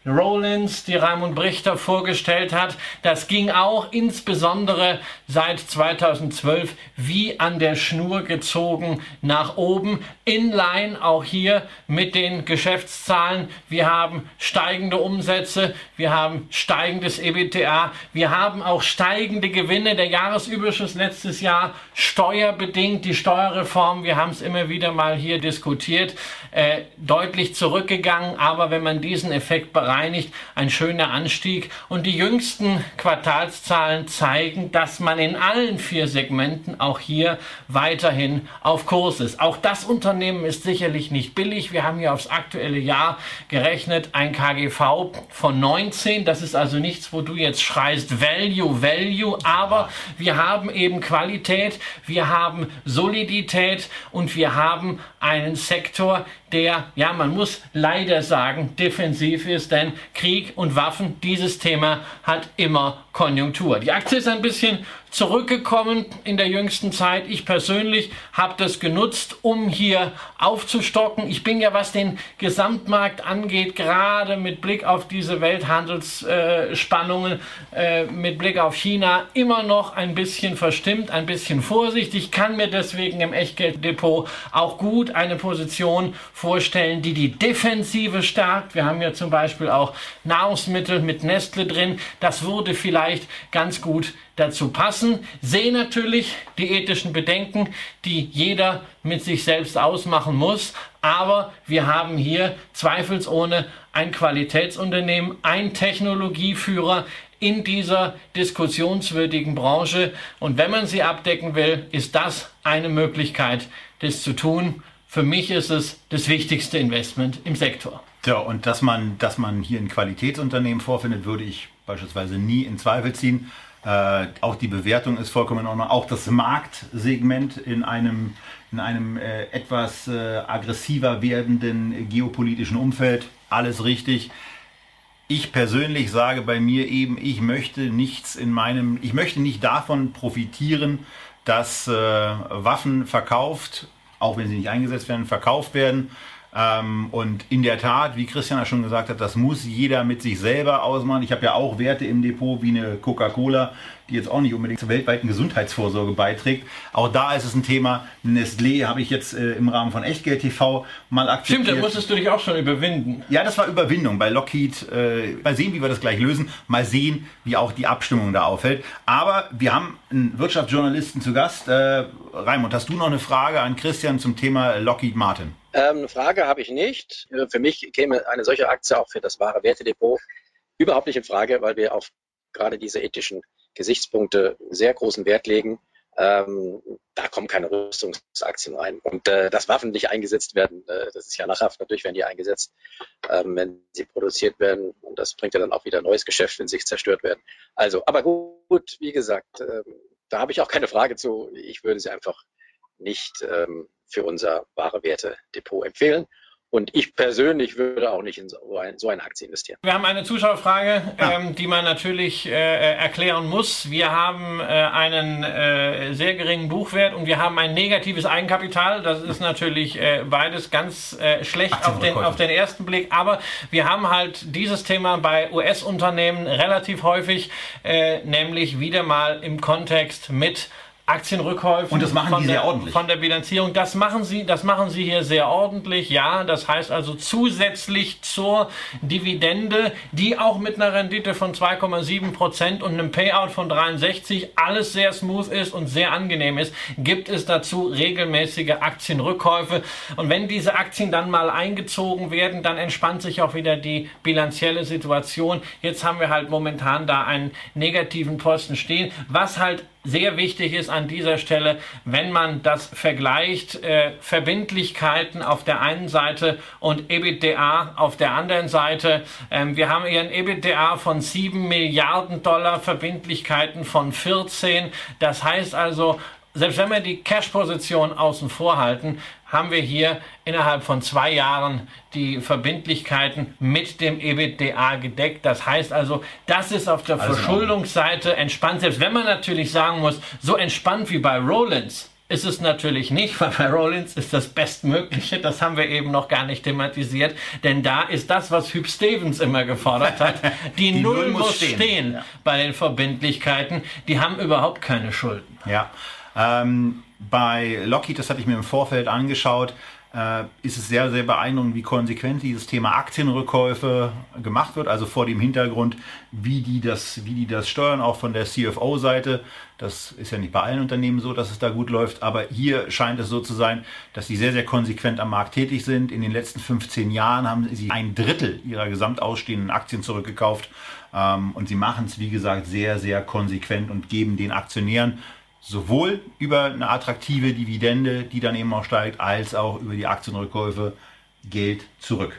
Rollins, die Raimund Brichter vorgestellt hat, das ging auch insbesondere seit zweitausendzwölf wie an der Schnur gezogen nach oben, inline auch hier mit den Geschäftszahlen. Wir haben steigende Umsätze, wir haben steigendes EBITDA, wir haben auch steigende Gewinne. Der Jahresüberschuss letztes Jahr steuerbedingt, die Steuerreform, wir haben es immer wieder mal hier diskutiert, äh, deutlich zurückgegangen, aber wenn man diesen Effekt bereinigt, ein schöner Anstieg. Und die jüngsten Quartalszahlen zeigen, dass man in allen vier Segmenten auch hier weiterhin auf Kurs ist. Auch das Unternehmen ist sicherlich nicht billig. Wir haben hier aufs aktuelle Jahr gerechnet, ein K G V von neunzehn. Das ist also nichts, wo du jetzt schreist Value, Value, aber wir haben eben Qualität, wir haben Solidität und wir haben einen Sektor, der, ja, man muss leider sagen, defensiv ist, denn Krieg und Waffen, dieses Thema hat immer Konjunktur. Die Aktie ist ein bisschen zurückgekommen in der jüngsten Zeit. Ich persönlich habe das genutzt, um hier aufzustocken. Ich bin ja, was den Gesamtmarkt angeht, gerade mit Blick auf diese Welthandelsspannungen, äh, äh, mit Blick auf China, immer noch ein bisschen verstimmt, ein bisschen vorsichtig. Ich kann mir deswegen im Echtgelddepot auch gut eine Position vorstellen, die die Defensive stärkt. Wir haben ja zum Beispiel auch Nahrungsmittel mit Nestle drin. Das würde vielleicht ganz gut dazu passen. Sehe natürlich die ethischen Bedenken, die jeder mit sich selbst ausmachen muss. Aber wir haben hier zweifelsohne ein Qualitätsunternehmen, ein Technologieführer in dieser diskussionswürdigen Branche. Und wenn man sie abdecken will, ist das eine Möglichkeit, das zu tun. Für mich ist es das wichtigste Investment im Sektor.
Ja, und dass man, dass man hier ein Qualitätsunternehmen vorfindet, würde ich beispielsweise nie in Zweifel ziehen. Äh, auch die Bewertung ist vollkommen in Ordnung. Auch das Marktsegment in einem, in einem äh, etwas äh, aggressiver werdenden geopolitischen Umfeld, alles richtig. Ich persönlich sage bei mir eben, ich möchte nichts in meinem, ich möchte nicht davon profitieren, dass äh, Waffen verkauft, auch wenn sie nicht eingesetzt werden, verkauft werden. Ähm, und in der Tat, wie Christian ja schon gesagt hat, das muss jeder mit sich selber ausmachen. Ich habe ja auch Werte im Depot wie eine Coca-Cola, die jetzt auch nicht unbedingt zur weltweiten Gesundheitsvorsorge beiträgt. Auch da ist es ein Thema. Nestlé habe ich jetzt äh, im Rahmen von Echtgeld T V mal akzeptiert.
Stimmt, da musstest du dich auch schon überwinden.
Ja, das war Überwindung bei Lockheed. Äh, mal sehen, wie wir das gleich lösen. Mal sehen, wie auch die Abstimmung da auffällt. Aber wir haben einen Wirtschaftsjournalisten zu Gast. Äh, Raimund, hast du noch eine Frage an Christian zum Thema Lockheed Martin?
Ähm, eine Frage habe ich nicht. Für mich käme eine solche Aktie auch für das wahre Wertedepot überhaupt nicht in Frage, weil wir auf gerade diese ethischen Gesichtspunkte sehr großen Wert legen. Ähm, da kommen keine Rüstungsaktien rein. Und äh, dass Waffen nicht eingesetzt werden, äh, das ist ja lachhaft. Natürlich werden die eingesetzt, ähm, wenn sie produziert werden. Und das bringt ja dann auch wieder neues Geschäft, wenn sie zerstört werden. Also, aber gut, wie gesagt, äh, da habe ich auch keine Frage zu. Ich würde sie einfach nicht ähm, für unser wahre Werte-Depot empfehlen. Und ich persönlich würde auch nicht in so, ein, so eine Aktie investieren.
Wir haben eine Zuschauerfrage, ja. ähm, die man natürlich äh, erklären muss. Wir haben äh, einen äh, sehr geringen Buchwert und wir haben ein negatives Eigenkapital. Das ist natürlich äh, beides ganz äh, schlecht auf den, auf den ersten Blick. Aber wir haben halt dieses Thema bei U S-Unternehmen relativ häufig, äh, nämlich wieder mal im Kontext mit Aktienrückkäufen.
Und das machen
von
die
der,
sehr ordentlich.
Von der Bilanzierung. Das machen sie, das machen sie hier sehr ordentlich. Ja, das heißt also zusätzlich zur Dividende, die auch mit einer Rendite von zwei Komma sieben Prozent und einem Payout von dreiundsechzig alles sehr smooth ist und sehr angenehm ist, gibt es dazu regelmäßige Aktienrückkäufe. Und wenn diese Aktien dann mal eingezogen werden, dann entspannt sich auch wieder die bilanzielle Situation. Jetzt haben wir halt momentan da einen negativen Posten stehen, was halt sehr wichtig ist an dieser Stelle, wenn man das vergleicht, äh, Verbindlichkeiten auf der einen Seite und EBITDA auf der anderen Seite. Ähm, wir haben hier ein EBITDA von sieben Milliarden Dollar, Verbindlichkeiten von vierzehn. Das heißt also, selbst wenn wir die Cash-Position außen vor halten, haben wir hier innerhalb von zwei Jahren die Verbindlichkeiten mit dem EBITDA gedeckt. Das heißt also, das ist auf der also Verschuldungsseite entspannt. Selbst wenn man natürlich sagen muss, so entspannt wie bei Rollins Ist es natürlich nicht, weil bei Rollins ist das Bestmögliche, das haben wir eben noch gar nicht thematisiert, denn da ist das, was Hugh Stevens immer gefordert hat, die, die Null, Null muss stehen, stehen ja. bei den Verbindlichkeiten, die haben überhaupt keine Schulden.
Ja, ähm, bei Lockheed, das hatte ich mir im Vorfeld angeschaut, äh, ist es sehr, sehr beeindruckend, wie konsequent dieses Thema Aktienrückkäufe gemacht wird, also vor dem Hintergrund, wie die das, wie die das steuern, auch von der C F O-Seite. Das ist ja nicht bei allen Unternehmen so, dass es da gut läuft, aber hier scheint es so zu sein, dass sie sehr, sehr konsequent am Markt tätig sind. In den letzten fünfzehn Jahren haben sie ein Drittel ihrer gesamtausstehenden Aktien zurückgekauft, ähm, und sie machen es, wie gesagt, sehr, sehr konsequent und geben den Aktionären sowohl über eine attraktive Dividende, die dann eben auch steigt, als auch über die Aktienrückkäufe Geld zurück.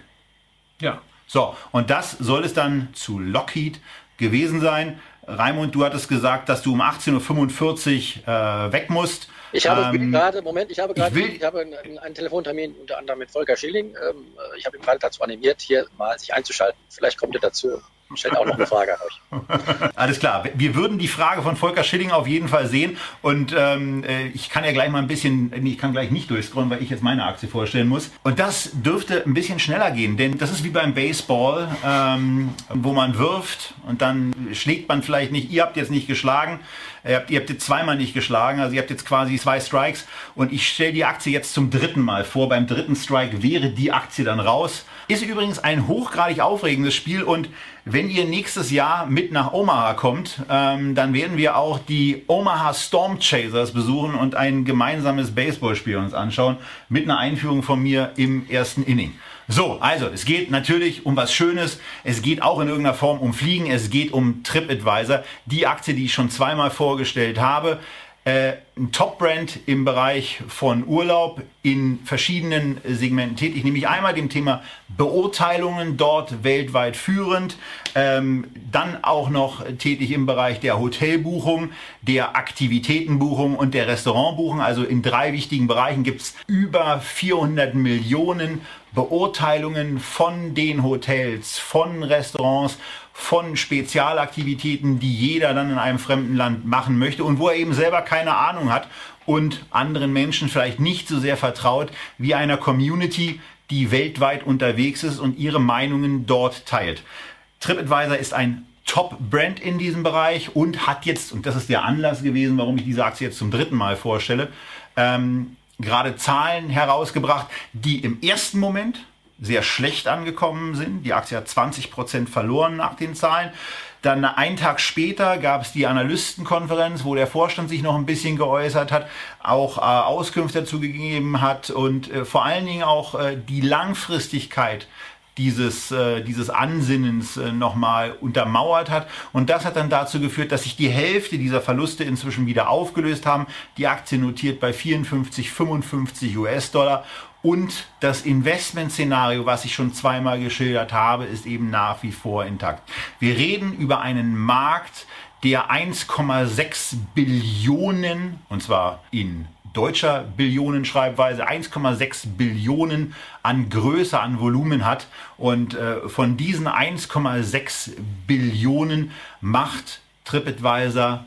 Ja.
So, und das soll es dann zu Lockheed gewesen sein. Raimund, du hattest gesagt, dass du um achtzehn Uhr fünfundvierzig äh, weg musst.
Ich habe
ähm,
gerade, Moment, ich habe gerade,
ich,
ich habe einen, einen Telefontermin unter anderem mit Volker Schilling. Ähm, ich habe ihn gerade dazu animiert, hier mal sich einzuschalten. Vielleicht kommt er dazu. Stellt auch noch eine Frage an euch.
Alles klar. Wir würden die Frage von Volker Schilling auf jeden Fall sehen. Und ähm, ich kann ja gleich mal ein bisschen, ich kann gleich nicht durchscrollen, weil ich jetzt meine Aktie vorstellen muss. Und das dürfte ein bisschen schneller gehen, denn das ist wie beim Baseball, ähm, wo man wirft und dann schlägt man vielleicht nicht. Ihr habt jetzt nicht geschlagen. Ihr habt, ihr habt jetzt zweimal nicht geschlagen, also ihr habt jetzt quasi zwei Strikes. Und ich stelle die Aktie jetzt zum dritten Mal vor. Beim dritten Strike wäre die Aktie dann raus. Ist übrigens ein hochgradig aufregendes Spiel und wenn ihr nächstes Jahr mit nach Omaha kommt, ähm, dann werden wir auch die Omaha Storm Chasers besuchen und ein gemeinsames Baseballspiel uns anschauen mit einer Einführung von mir im ersten Inning. So, also es geht natürlich um was Schönes, es geht auch in irgendeiner Form um Fliegen, es geht um TripAdvisor, die Aktie, die ich schon zweimal vorgestellt habe. Äh, ein Top-Brand im Bereich von Urlaub in verschiedenen Segmenten tätig, nämlich einmal dem Thema Beurteilungen, dort weltweit führend, ähm, dann auch noch tätig im Bereich der Hotelbuchung, der Aktivitätenbuchung und der Restaurantbuchung. Also in drei wichtigen Bereichen gibt es über vierhundert Millionen Beurteilungen von den Hotels, von Restaurants, von Spezialaktivitäten, die jeder dann in einem fremden Land machen möchte und wo er eben selber keine Ahnung hat und anderen Menschen vielleicht nicht so sehr vertraut wie einer Community, die weltweit unterwegs ist und ihre Meinungen dort teilt. TripAdvisor ist ein Top-Brand in diesem Bereich und hat jetzt, und das ist der Anlass gewesen, warum ich diese Aktie jetzt zum dritten Mal vorstelle, ähm, gerade Zahlen herausgebracht, die im ersten Moment sehr schlecht angekommen sind. Die Aktie hat zwanzig Prozent verloren nach den Zahlen. Dann einen Tag später gab es die Analystenkonferenz, wo der Vorstand sich noch ein bisschen geäußert hat, auch äh, Auskünfte dazu gegeben hat und äh, vor allen Dingen auch äh, die Langfristigkeit dieses, äh, dieses Ansinnens äh, nochmal untermauert hat. Und das hat dann dazu geführt, dass sich die Hälfte dieser Verluste inzwischen wieder aufgelöst haben. Die Aktie notiert bei vierundfünfzig, fünfundfünfzig US-Dollar. Und das Investmentszenario, was ich schon zweimal geschildert habe, ist eben nach wie vor intakt. Wir reden über einen Markt, der eins Komma sechs Billionen, und zwar in deutscher Billionenschreibweise, eins Komma sechs Billionen an Größe, an Volumen hat. Und äh, von diesen eins Komma sechs Billionen macht TripAdvisor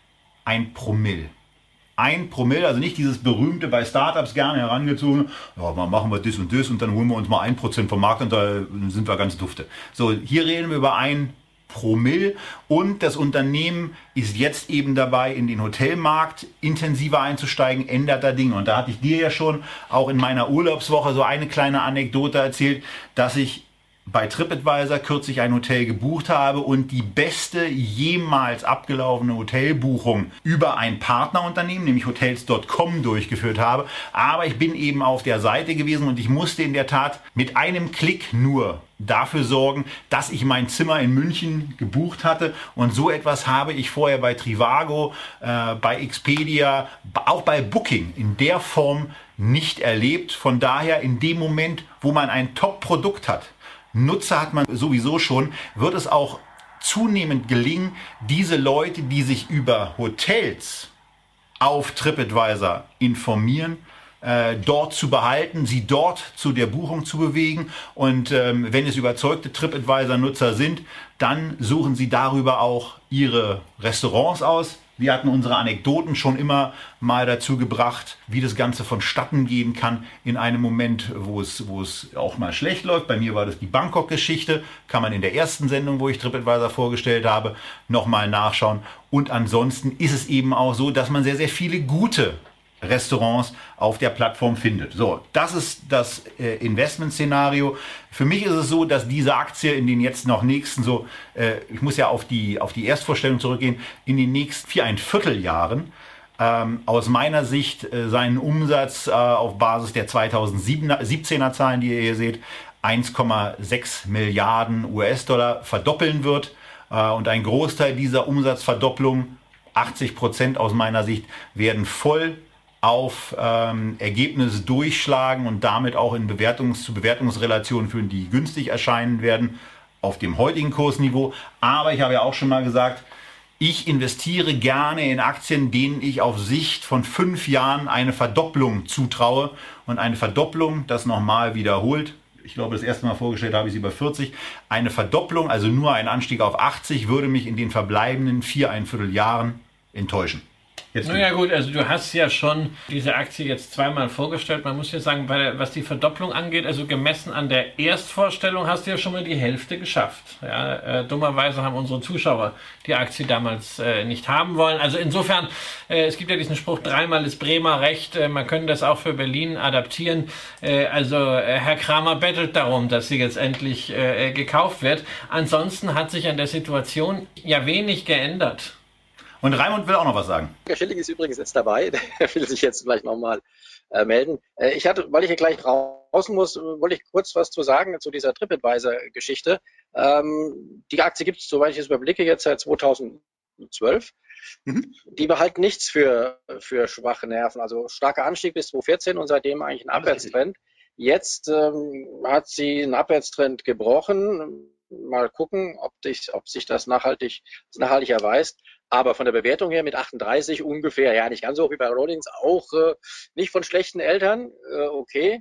ein Promille. Ein Promille, also nicht dieses berühmte bei Startups gerne herangezogen, ja, mal machen wir das und das und dann holen wir uns mal ein Prozent vom Markt und da sind wir ganz dufte. So, hier reden wir über ein Promille und das Unternehmen ist jetzt eben dabei, in den Hotelmarkt intensiver einzusteigen, ändert da Dinge. Und da hatte ich dir ja schon auch in meiner Urlaubswoche so eine kleine Anekdote erzählt, dass ich bei TripAdvisor kürzlich ein Hotel gebucht habe und die beste jemals abgelaufene Hotelbuchung über ein Partnerunternehmen, nämlich Hotels Punkt com, durchgeführt habe. Aber ich bin eben auf der Seite gewesen und ich musste in der Tat mit einem Klick nur dafür sorgen, dass ich mein Zimmer in München gebucht hatte. Und so etwas habe ich vorher bei Trivago, äh, bei Expedia, auch bei Booking in der Form nicht erlebt. Von daher in dem Moment, wo man ein Top-Produkt hat, Nutzer hat man sowieso schon, wird es auch zunehmend gelingen, diese Leute, die sich über Hotels auf TripAdvisor informieren, äh, dort zu behalten, sie dort zu der Buchung zu bewegen. Und ähm, wenn es überzeugte TripAdvisor-Nutzer sind, dann suchen sie darüber auch ihre Restaurants aus, Wir hatten unsere Anekdoten schon immer mal dazu gebracht, wie das Ganze vonstatten gehen kann in einem Moment, wo es, wo es auch mal schlecht läuft. Bei mir war das die Bangkok-Geschichte. Kann man in der ersten Sendung, wo ich TripAdvisor vorgestellt habe, nochmal nachschauen. Und ansonsten ist es eben auch so, dass man sehr, sehr viele gute Restaurants auf der Plattform findet. So, das ist das äh, Investmentszenario. Für mich ist es so, dass diese Aktie in den jetzt noch nächsten so, äh, ich muss ja auf die, auf die Erstvorstellung zurückgehen, in den nächsten vier, ein Vierteljahren ähm, aus meiner Sicht äh, seinen Umsatz äh, auf Basis der zweitausendsiebzehner Zahlen, die ihr hier seht, eins Komma sechs Milliarden U S-Dollar verdoppeln wird. Äh, und ein Großteil dieser Umsatzverdopplung, achtzig Prozent aus meiner Sicht, werden voll auf ähm, Ergebnisse durchschlagen und damit auch in Bewertungs- zu Bewertungsrelationen führen, die günstig erscheinen werden auf dem heutigen Kursniveau. Aber ich habe ja auch schon mal gesagt, ich investiere gerne in Aktien, denen ich auf Sicht von fünf Jahren eine Verdopplung zutraue. Und eine Verdopplung, das nochmal wiederholt, ich glaube, das erste Mal vorgestellt habe ich sie bei vierzig, eine Verdopplung, also nur ein Anstieg auf achtzig, würde mich in den verbleibenden vier, ein Vierteljahren enttäuschen. Jetzt
naja gut, also du hast ja schon diese Aktie jetzt zweimal vorgestellt. Man muss ja sagen, bei der, was die Verdopplung angeht, also gemessen an der Erstvorstellung, hast du ja schon mal die Hälfte geschafft. Ja, äh, dummerweise haben unsere Zuschauer die Aktie damals äh, nicht haben wollen. Also insofern, äh, es gibt ja diesen Spruch, dreimal ist Bremer recht. Äh, man könnte das auch für Berlin adaptieren. Äh, also äh, Herr Kramer bettelt darum, dass sie jetzt endlich äh, gekauft wird. Ansonsten hat sich an der Situation ja wenig geändert.
Und Raimund will auch noch was sagen.
Herr Schilling ist übrigens jetzt dabei, der will sich jetzt vielleicht nochmal äh, melden. Äh, ich hatte, weil ich hier gleich raus muss, wollte ich kurz was zu sagen zu dieser TripAdvisor-Geschichte. Ähm, die Aktie gibt es, soweit ich es überblicke, jetzt seit zweitausendzwölf. Mhm. Die behalten nichts für, für schwache Nerven. Also starker Anstieg bis zweitausendvierzehn und seitdem eigentlich ein Abwärtstrend. Jetzt ähm, hat sie einen Abwärtstrend gebrochen. Mal gucken, ob, dich, ob sich das nachhaltig, nachhaltig erweist. Aber von der Bewertung her mit achtunddreißig ungefähr, ja nicht ganz so hoch wie bei Rollins, auch äh, nicht von schlechten Eltern, äh, okay.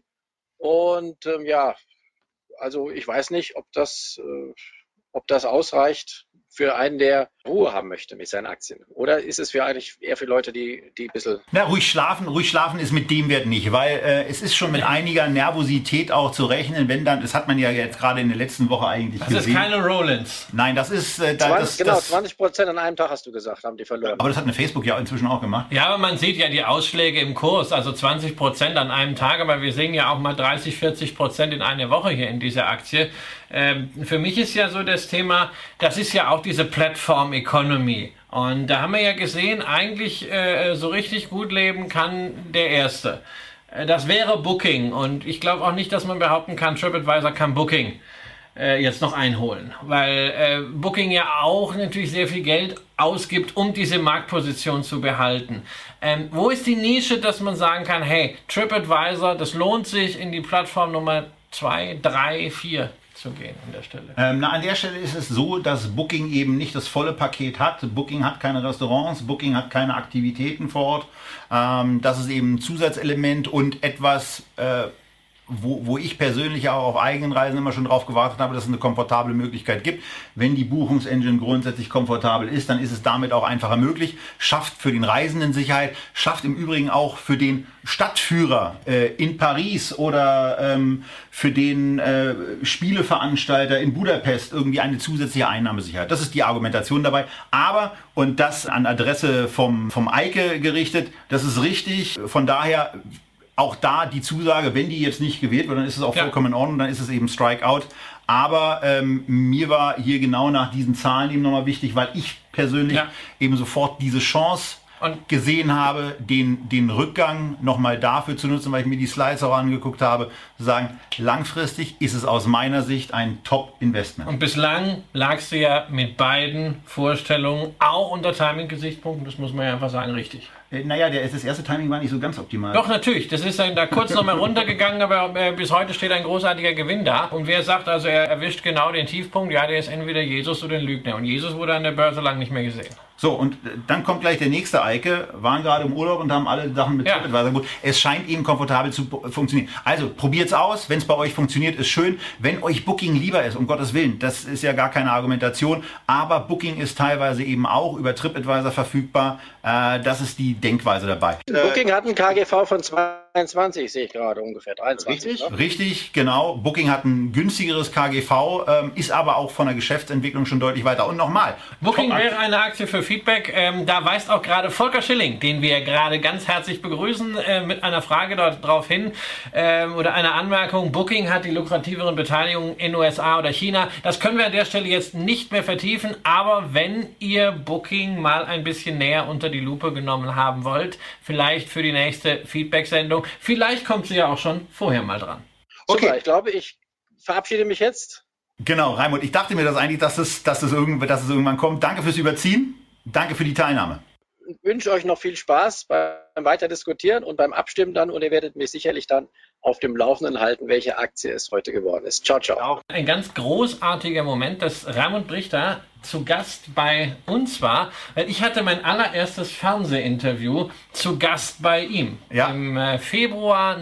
Und ähm, ja, also ich weiß nicht, ob das, äh, ob das ausreicht für einen, der Ruhe haben möchte mit seinen Aktien. Oder ist es für eigentlich eher für Leute, die, die ein bisschen...
Na, ruhig schlafen, ruhig schlafen ist mit dem Wert nicht, weil äh, es ist schon mit einiger Nervosität auch zu rechnen, wenn dann, das hat man ja jetzt gerade in der letzten Woche eigentlich
das
gesehen.
Das ist keine Rollins.
Nein, das ist... Äh, da,
zwanzig,
das,
genau,
das,
zwanzig Prozent an einem Tag hast du gesagt, haben die verloren.
Aber das hat eine Facebook ja inzwischen auch gemacht.
Ja, aber man sieht ja die Ausschläge im Kurs, also zwanzig Prozent an einem Tag, aber wir sehen ja auch mal dreißig, vierzig Prozent in einer Woche hier in dieser Aktie. Ähm, für mich ist ja so das Thema, das ist ja auch diese Platform Economy. Und da haben wir ja gesehen, eigentlich äh, so richtig gut leben kann der Erste. Äh, das wäre Booking. Und ich glaube auch nicht, dass man behaupten kann, TripAdvisor kann Booking äh, jetzt noch einholen. Weil äh, Booking ja auch natürlich sehr viel Geld ausgibt, um diese Marktposition zu behalten. Ähm, wo ist die Nische, dass man sagen kann, hey, TripAdvisor, das lohnt sich, in die Plattform Nummer zwei, drei, vier zu gehen an der Stelle?
Ähm, na, an der Stelle ist es so, dass Booking eben nicht das volle Paket hat. Booking hat keine Restaurants, Booking hat keine Aktivitäten vor Ort. Ähm, das ist eben ein Zusatzelement und etwas, äh, wo, wo ich persönlich auch auf eigenen Reisen immer schon drauf gewartet habe, dass es eine komfortable Möglichkeit gibt. Wenn die Buchungsengine grundsätzlich komfortabel ist, dann ist es damit auch einfacher möglich. Schafft für den Reisenden Sicherheit, schafft im Übrigen auch für den Stadtführer äh, in Paris oder ähm, für den äh, Spieleveranstalter in Budapest irgendwie eine zusätzliche Einnahmesicherheit. Das ist die Argumentation dabei. Aber, und das an Adresse vom, vom Eike gerichtet, das ist richtig. Von daher auch da die Zusage, wenn die jetzt nicht gewählt wird, dann ist es auch ja vollkommen in Ordnung, dann ist es eben Strikeout. Aber ähm, mir war hier genau nach diesen Zahlen eben nochmal wichtig, weil ich persönlich ja eben sofort diese Chance und gesehen habe, den, den Rückgang nochmal dafür zu nutzen, weil ich mir die Slides auch angeguckt habe, zu sagen, langfristig ist es aus meiner Sicht ein Top-Investment.
Und bislang lagst du ja mit beiden Vorstellungen auch unter Timing-Gesichtspunkten, das muss man ja einfach sagen, richtig.
Äh, naja, der, das erste Timing war nicht so ganz optimal.
Doch, natürlich. Das ist da kurz nochmal runtergegangen, aber äh, bis heute steht ein großartiger Gewinn da. Und wer sagt also, er erwischt genau den Tiefpunkt, ja, der ist entweder Jesus oder ein Lügner. Und Jesus wurde an der Börse lang nicht mehr gesehen.
So, und dann kommt gleich der nächste Eike, waren gerade im Urlaub und haben alle Sachen mit
Ja.
TripAdvisor gebucht. Es scheint eben komfortabel zu funktionieren. Also probiert's aus, wenn es bei euch funktioniert, ist schön. Wenn euch Booking lieber ist, um Gottes Willen, das ist ja gar keine Argumentation, aber Booking ist teilweise eben auch über TripAdvisor verfügbar. Äh, das ist die Denkweise dabei.
Booking hat einen K G V von zweiundzwanzig, sehe ich gerade ungefähr, dreiundzwanzig.
Richtig,
Ne?
richtig, genau. Booking hat ein günstigeres K G V, ähm, ist aber auch von der Geschäftsentwicklung schon deutlich weiter. Und nochmal,
Booking
Top-
wäre eine Aktie für Feedback. Ähm, da weist auch gerade Volker Schilling, den wir gerade ganz herzlich begrüßen, äh, mit einer Frage darauf hin ähm, oder einer Anmerkung. Booking hat die lukrativeren Beteiligungen in U S A oder China. Das können wir an der Stelle jetzt nicht mehr vertiefen. Aber wenn ihr Booking mal ein bisschen näher unter die Lupe genommen haben wollt, vielleicht für die nächste Feedback-Sendung, vielleicht kommt sie ja auch schon vorher mal dran.
Okay.
Super, ich glaube, ich verabschiede mich jetzt.
Genau, Raimund, ich dachte mir das eigentlich, dass es, dass es, irgend, dass es irgendwann kommt. Danke fürs Überziehen. Danke für die Teilnahme.
Ich wünsche euch noch viel Spaß beim Weiterdiskutieren und beim Abstimmen dann und ihr werdet mich sicherlich dann auf dem Laufenden halten, welche Aktie es heute geworden ist. Ciao, ciao.
Ein ganz großartiger Moment, dass Raimund Brichter zu Gast bei uns war, weil ich hatte mein allererstes Fernsehinterview zu Gast bei ihm.
Ja.
Im äh, Februar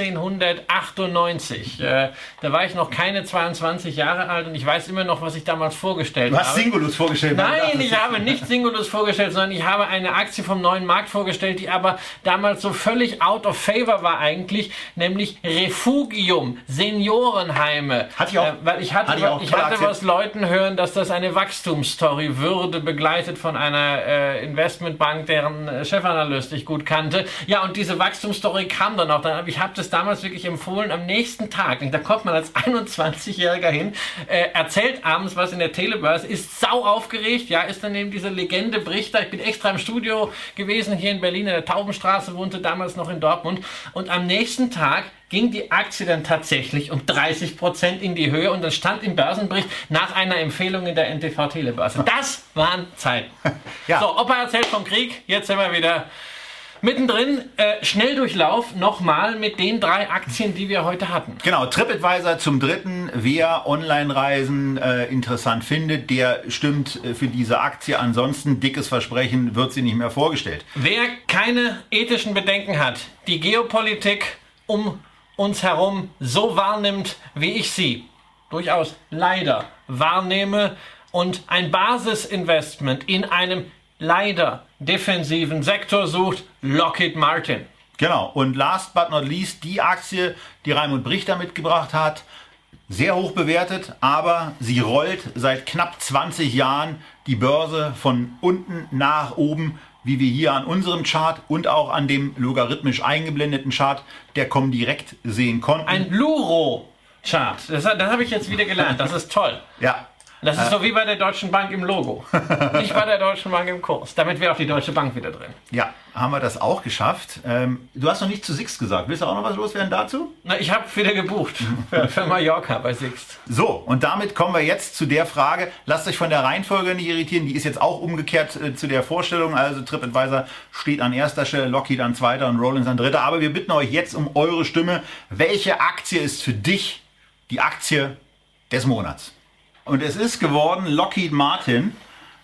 neunzehnhundertachtundneunzig. Äh, da war ich noch keine zweiundzwanzig Jahre alt und ich weiß immer noch, was ich damals vorgestellt
Du hast
habe.
Singulus vorgestellt.
Nein, ich habe nicht Singulus vorgestellt, sondern ich habe eine Aktie vom neuen Markt vorgestellt, die aber damals so völlig out of favor war eigentlich, nämlich Refugium, Seniorenheime.
Hatte ich auch.
Äh, weil ich hatte,
Hatte ich auch.
ich
Tolle
hatte
Aktie.
was Leuten hören, dass das eine Wachstumsstory würde, begleitet von einer äh, Investmentbank, deren äh, Chefanalyst ich gut kannte. Ja, und diese Wachstumsstory kam dann auch. Dann, ich habe das damals wirklich empfohlen am nächsten Tag. Und da kommt man als einundzwanzigjähriger hin, äh, erzählt abends was in der Telebörse, ist sau aufgeregt, ja, ist dann eben diese Legende Brichter. Ich bin extra im Studio gewesen, hier in Berlin, in der Taubenstraße, wohnte damals noch in Dortmund. Und am nächsten Tag ging die Aktie dann tatsächlich um dreißig Prozent in die Höhe und dann stand im Börsenbericht nach einer Empfehlung in der N T V Telebörse. Das waren Zeiten.
Ja.
So, Opa erzählt vom Krieg, jetzt sind wir wieder mittendrin. Äh, Schnelldurchlauf nochmal mit den drei Aktien, die wir heute hatten.
Genau, TripAdvisor zum dritten. Wer Online-Reisen äh, interessant findet, der stimmt äh, für diese Aktie. Ansonsten, dickes Versprechen, wird sie nicht mehr vorgestellt.
Wer keine ethischen Bedenken hat, die Geopolitik um uns herum so wahrnimmt, wie ich sie durchaus leider wahrnehme und ein Basisinvestment in einem leider defensiven Sektor sucht, Lockheed Martin.
Genau, und last but not least, die Aktie, die Raimund Brichter mitgebracht hat, sehr hoch bewertet, aber sie rollt seit knapp zwanzig Jahren die Börse von unten nach oben, wie wir hier an unserem Chart und auch an dem logarithmisch eingeblendeten Chart der Comdirect sehen konnten.
Ein Luro-Chart. Das, das habe ich jetzt wieder gelernt. Das ist toll.
Ja,
Das ist so wie bei der Deutschen Bank im Logo. Nicht bei der Deutschen Bank im Kurs. Damit wäre auch die Deutsche Bank wieder drin.
ja, haben wir das auch geschafft. Ähm, du hast noch nichts zu Sixt gesagt. Willst du auch noch was loswerden dazu?
Na, ich habe wieder gebucht für, für Mallorca bei Sixt.
So, und damit kommen wir jetzt zu der Frage, lasst euch von der Reihenfolge nicht irritieren, die ist jetzt auch umgekehrt äh, zu der Vorstellung, also TripAdvisor steht an erster Stelle, Lockheed an zweiter und Rollins an dritter, aber wir bitten euch jetzt um eure Stimme, welche Aktie ist für dich die Aktie des Monats? Und es ist geworden Lockheed Martin.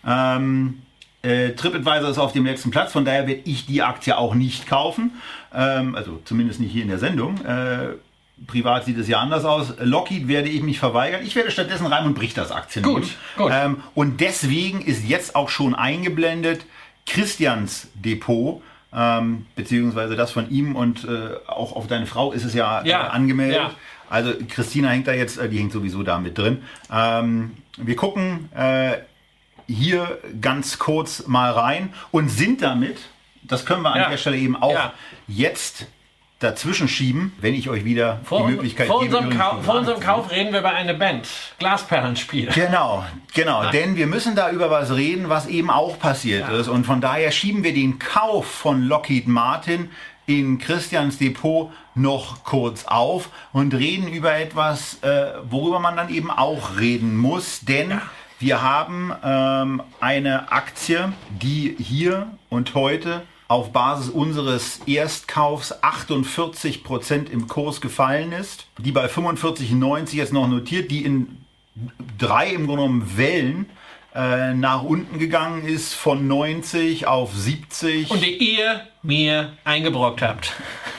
Ähm, äh, TripAdvisor ist auf dem letzten Platz, von daher werde ich die Aktie auch nicht kaufen. Ähm, also zumindest nicht hier in der Sendung. Äh, privat sieht es ja anders aus. Lockheed werde ich mich verweigern. Ich werde stattdessen Raimund Brichters Aktien
Gut,
nehmen.
gut.
Ähm, und deswegen ist jetzt auch schon eingeblendet Christians Depot. Ähm, beziehungsweise das von ihm und äh, auch auf deine Frau ist es ja,
Ja,
äh, angemeldet.
ja.
Also Christina hängt da jetzt, äh, die hängt sowieso da mit drin. Ähm, wir gucken äh, hier ganz kurz mal rein und sind damit, das können wir an
Ja.
der Stelle eben auch
Ja.
jetzt dazwischen schieben, wenn ich euch wieder
Vor,
die Möglichkeit
vor,
gebe.
unserem,
übrigens
Kau
die
vor
Wahl
unserem
zu
Kauf reden wir über eine Band. Glasperlenspiel.
Genau, genau, denn wir müssen da über was reden, was eben auch passiert
Ja.
ist. Und von daher schieben wir den Kauf von Lockheed Martin in Christians Depot noch kurz auf und reden über etwas, äh, worüber man dann eben auch reden muss. Denn
Ja.
wir haben ähm, eine Aktie, die hier und heute auf Basis unseres Erstkaufs achtundvierzig Prozent im Kurs gefallen ist, die bei fünfundvierzig neunzig jetzt noch notiert, die in drei im Grunde genommen Wellen äh, nach unten gegangen ist von neunzig auf siebzig.
Und die ihr mir eingebrockt habt.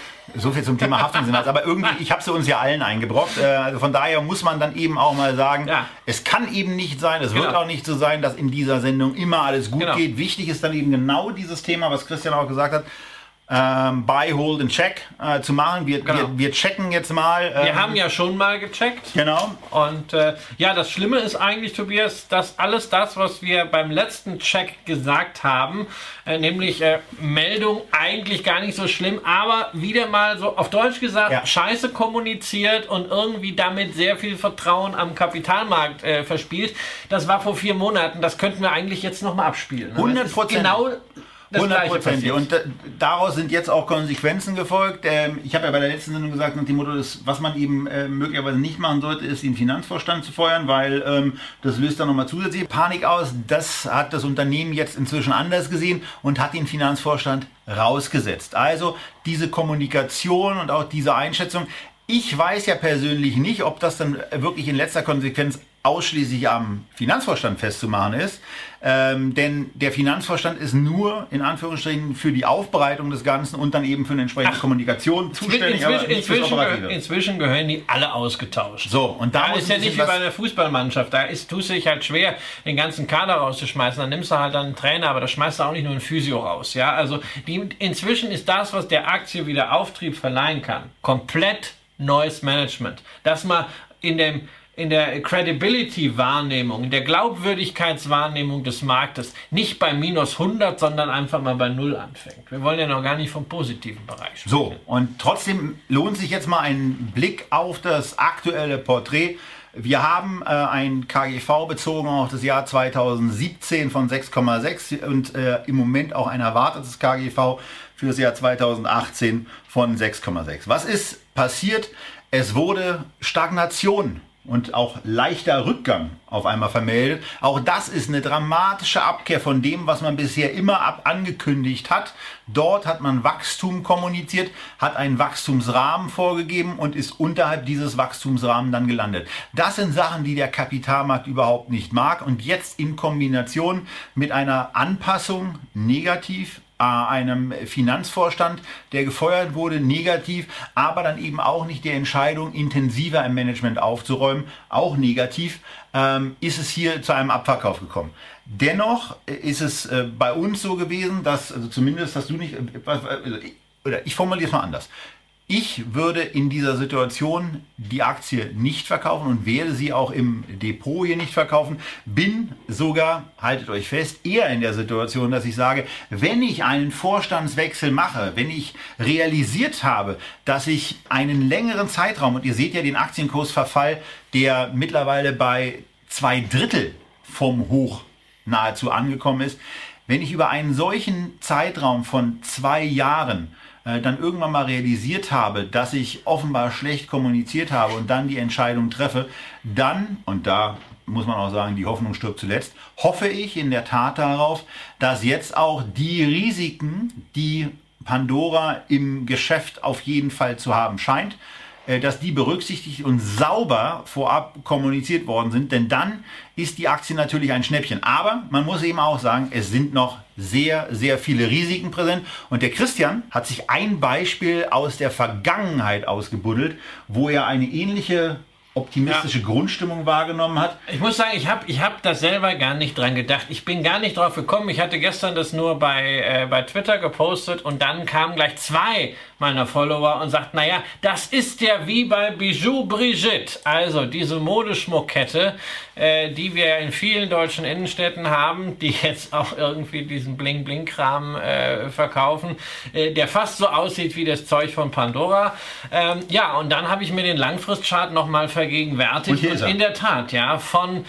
So viel zum Thema Haftungsinhalt. Aber irgendwie, ich habe sie uns ja allen eingebrockt. Also von daher muss man dann eben auch mal sagen, ja. es kann eben nicht sein, es genau. wird auch nicht so sein, dass in dieser Sendung immer alles gut genau. geht. Wichtig ist dann eben genau dieses Thema, was Christian auch gesagt hat, ähm, Buy, Hold and Check äh, zu machen. Wir, genau. wir, wir checken jetzt mal. Ähm,
wir haben ja schon mal gecheckt.
Genau.
Und äh, ja, das Schlimme ist eigentlich, Tobias, dass alles das, was wir beim letzten Check gesagt haben, äh, nämlich äh, Meldung eigentlich gar nicht so schlimm, aber wieder mal so auf Deutsch gesagt, ja. scheiße kommuniziert und irgendwie damit sehr viel Vertrauen am Kapitalmarkt äh, verspielt. Das war vor vier Monaten, das könnten wir eigentlich jetzt nochmal abspielen.
hundert Prozent.
Genau.
hundert Prozent. Und äh, daraus sind jetzt auch Konsequenzen gefolgt. Ähm, ich habe ja bei der letzten Sendung gesagt, nach dem Motto, das, was man eben äh, möglicherweise nicht machen sollte, ist den Finanzvorstand zu feuern, weil ähm, das löst dann nochmal zusätzliche Panik aus. Das hat das Unternehmen jetzt inzwischen anders gesehen und hat den Finanzvorstand rausgesetzt. Also diese Kommunikation und auch diese Einschätzung. Ich weiß ja persönlich nicht, ob das dann wirklich in letzter Konsequenz ausschließlich am Finanzvorstand festzumachen ist. Ähm, denn der Finanzvorstand ist nur in Anführungsstrichen für die Aufbereitung des Ganzen und dann eben für eine entsprechende Ach, Kommunikation zuständig.
Inzwischen, aber inzwischen, gehör, inzwischen gehören die alle ausgetauscht.
So, und da
ja, ist ja nicht wie bei einer Fußballmannschaft. Da ist, tust du dich halt schwer, den ganzen Kader rauszuschmeißen. Dann nimmst du halt dann einen Trainer, aber da schmeißt du auch nicht nur einen Physio raus. Ja, also die, inzwischen ist das, was der Aktie wieder Auftrieb verleihen kann, komplett neues Management. Das mal in dem in der Credibility-Wahrnehmung, in der Glaubwürdigkeitswahrnehmung des Marktes nicht bei minus hundert, sondern einfach mal bei null anfängt. Wir wollen ja noch gar nicht vom positiven Bereich sprechen.
So, und trotzdem lohnt sich jetzt mal ein Blick auf das aktuelle Porträt. Wir haben äh, ein K G V bezogen auf das Jahr zweitausendsiebzehn von sechs Komma sechs und äh, im Moment auch ein erwartetes K G V für das Jahr zweitausendachtzehn von sechs Komma sechs. Was ist passiert? Es wurde Stagnation und auch leichter Rückgang auf einmal vermeldet. Auch das ist eine dramatische Abkehr von dem, was man bisher immer ab angekündigt hat. Dort hat man Wachstum kommuniziert, hat einen Wachstumsrahmen vorgegeben und ist unterhalb dieses Wachstumsrahmens dann gelandet. Das sind Sachen, die der Kapitalmarkt überhaupt nicht mag. Und jetzt in Kombination mit einer Anpassung negativ, einem Finanzvorstand, der gefeuert wurde, negativ, aber dann eben auch nicht der Entscheidung, intensiver im Management aufzuräumen, auch negativ, ähm, ist es hier zu einem Abverkauf gekommen. Dennoch ist es äh, bei uns so gewesen, dass, also zumindest hast du nicht, äh, oder ich formuliere es mal anders. Ich würde in dieser Situation die Aktie nicht verkaufen und werde sie auch im Depot hier nicht verkaufen. Bin sogar, haltet euch fest, eher in der Situation, dass ich sage, wenn ich einen Vorstandswechsel mache, wenn ich realisiert habe, dass ich einen längeren Zeitraum, und ihr seht ja den Aktienkursverfall, der mittlerweile bei zwei Drittel vom Hoch nahezu angekommen ist, wenn ich über einen solchen Zeitraum von zwei Jahren dann irgendwann mal realisiert habe, dass ich offenbar schlecht kommuniziert habe und dann die Entscheidung treffe, dann, und da muss man auch sagen, die Hoffnung stirbt zuletzt, hoffe ich in der Tat darauf, dass jetzt auch die Risiken, die Pandora im Geschäft auf jeden Fall zu haben scheint, dass die berücksichtigt und sauber vorab kommuniziert worden sind, denn dann ist die Aktie natürlich ein Schnäppchen. Aber man muss eben auch sagen, es sind noch sehr, sehr viele Risiken präsent. Und der Christian hat sich ein Beispiel aus der Vergangenheit ausgebuddelt, wo er eine ähnliche optimistische ja. Grundstimmung wahrgenommen hat.
Ich muss sagen, ich habe ich hab das selber gar nicht dran gedacht. Ich bin gar nicht drauf gekommen. Ich hatte gestern das nur bei, äh, bei Twitter gepostet und dann kamen gleich zwei meiner Follower und sagten, naja, das ist ja wie bei Bijou Brigitte, also diese Modeschmuckkette, äh, die wir in vielen deutschen Innenstädten haben, die jetzt auch irgendwie diesen Bling-Bling-Kram äh, verkaufen, äh, der fast so aussieht wie das Zeug von Pandora. Ähm, ja, und dann habe ich mir den Langfristchart nochmal vergegenwärtigt. Und, und in der Tat, ja, von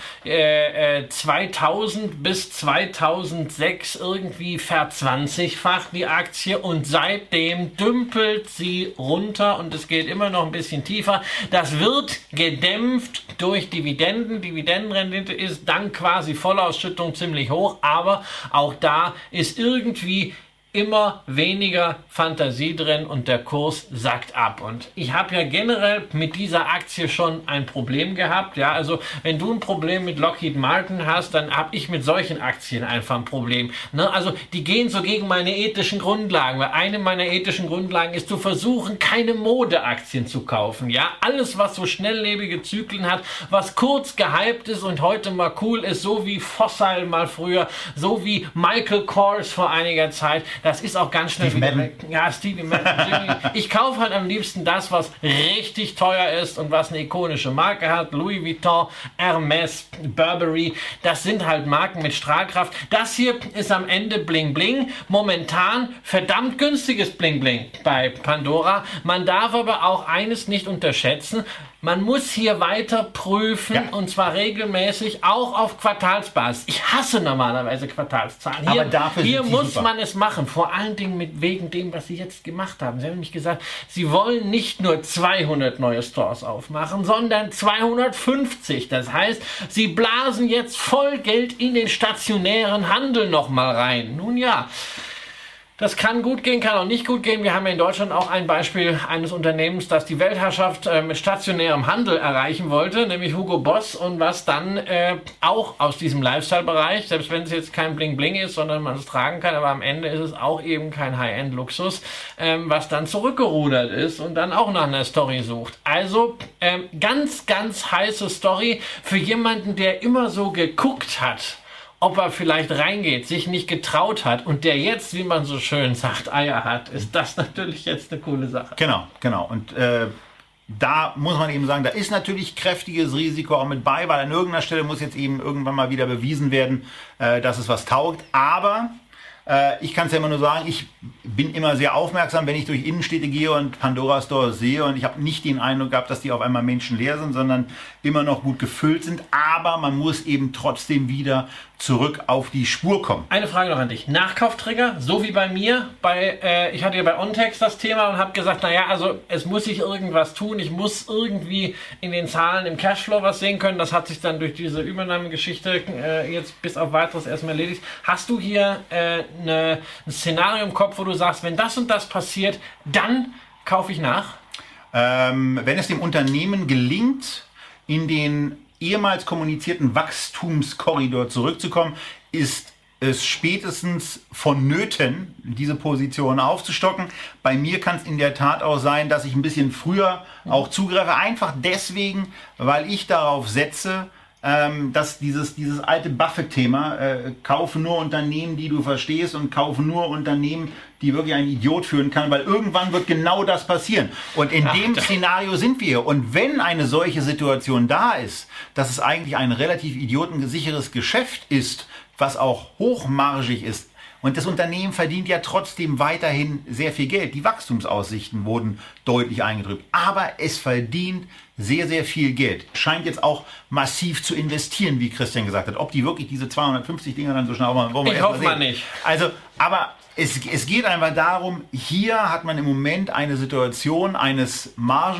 äh, äh, zweitausend bis zweitausendsechs irgendwie verzwanzigfacht die Aktie und seitdem dümpelt sie runter und es geht immer noch ein bisschen tiefer. Das wird gedämpft durch Dividenden. Dividendenrendite ist dann quasi Vollausschüttung ziemlich hoch, aber auch da ist irgendwie immer weniger Fantasie drin und der Kurs sackt ab. Und ich habe ja generell mit dieser Aktie schon ein Problem gehabt. Ja, also wenn du ein Problem mit Lockheed Martin hast, dann habe ich mit solchen Aktien einfach ein Problem. Ne? Also die gehen so gegen meine ethischen Grundlagen, weil eine meiner ethischen Grundlagen ist zu versuchen, keine Modeaktien zu kaufen. Ja, alles, was so schnelllebige Zyklen hat, was kurz gehypt ist und heute mal cool ist, so wie Fossil mal früher, so wie Michael Kors vor einiger Zeit. Das ist auch ganz schnell
Steve
wieder
Madden.
weg. Ja, Stevie Madden. Ich kaufe halt am liebsten das, was richtig teuer ist und was eine ikonische Marke hat. Louis Vuitton, Hermes, Burberry. Das sind halt Marken mit Strahlkraft. Das hier ist am Ende Bling Bling. Momentan verdammt günstiges Bling Bling bei Pandora. Man darf aber auch eines nicht unterschätzen. Man muss hier weiter prüfen, ja. Und zwar regelmäßig, auch auf Quartalsbasis. Ich hasse normalerweise Quartalszahlen. Hier,
aber dafür
hier
sind sie
muss
super.
man es machen, vor allen Dingen mit wegen dem, was Sie jetzt gemacht haben. Sie haben nämlich gesagt, Sie wollen nicht nur zweihundert neue Stores aufmachen, sondern zweihundertfünfzig. Das heißt, Sie blasen jetzt voll Geld in den stationären Handel nochmal rein. Nun ja. Das kann gut gehen, kann auch nicht gut gehen. Wir haben ja in Deutschland auch ein Beispiel eines Unternehmens, das die Weltherrschaft äh, mit stationärem Handel erreichen wollte, nämlich Hugo Boss, und was dann äh, auch aus diesem Lifestyle-Bereich, selbst wenn es jetzt kein Bling-Bling ist, sondern man es tragen kann, aber am Ende ist es auch eben kein High-End-Luxus, ähm, was dann zurückgerudert ist und dann auch nach einer Story sucht. Also ähm, ganz, ganz heiße Story für jemanden, der immer so geguckt hat, ob er vielleicht reingeht, sich nicht getraut hat und der jetzt, wie man so schön sagt, Eier hat, ist das natürlich jetzt eine coole Sache.
Genau, genau. Und äh, da muss man eben sagen, da ist natürlich kräftiges Risiko auch mit bei, weil an irgendeiner Stelle muss jetzt eben irgendwann mal wieder bewiesen werden, äh, dass es was taugt. Aber äh, ich kann es ja immer nur sagen, ich bin immer sehr aufmerksam, wenn ich durch Innenstädte gehe und Pandora Stores sehe, und ich habe nicht den Eindruck gehabt, dass die auf einmal menschenleer sind, sondern immer noch gut gefüllt sind. Aber man muss eben trotzdem wieder zurück auf die Spur kommen.
Eine Frage noch an dich. Nachkauftrigger, so wie bei mir. Bei, äh, ich hatte ja bei Ontex das Thema und habe gesagt, naja, also es muss sich irgendwas tun. Ich muss irgendwie in den Zahlen, im Cashflow was sehen können. Das hat sich dann durch diese Übernahmegeschichte äh, jetzt bis auf Weiteres erstmal erledigt. Hast du hier äh, eine, ein Szenario im Kopf, wo du sagst, wenn das und das passiert, dann kaufe ich nach?
Ähm, wenn es dem Unternehmen gelingt, in den ehemals kommunizierten Wachstumskorridor zurückzukommen, ist es spätestens vonnöten, diese Position aufzustocken. Bei mir kann es in der Tat auch sein, dass ich ein bisschen früher auch zugreife, einfach deswegen, weil ich darauf setze, ähm, dass dieses, dieses alte Buffett-Thema, äh, kaufe nur Unternehmen, die du verstehst, und kaufe nur Unternehmen, die wirklich ein Idiot führen kann, weil irgendwann wird genau das passieren. Und in
Ach,
dem Szenario sind wir. Und wenn eine solche Situation da ist, dass es eigentlich ein relativ idiotengesicheres Geschäft ist, was auch hochmargig ist, und das Unternehmen verdient ja trotzdem weiterhin sehr viel Geld. Die Wachstumsaussichten wurden deutlich eingedrückt. Aber es verdient sehr, sehr viel Geld. Scheint jetzt auch massiv zu investieren, wie Christian gesagt hat. Ob die wirklich diese zweihundertfünfzig Dinger dann so schnell aufmachen, wollen wir
Ich
erst
hoffe
mal
mal
sehen.
nicht.
Also, aber es, es geht einfach darum, hier hat man im Moment eine Situation eines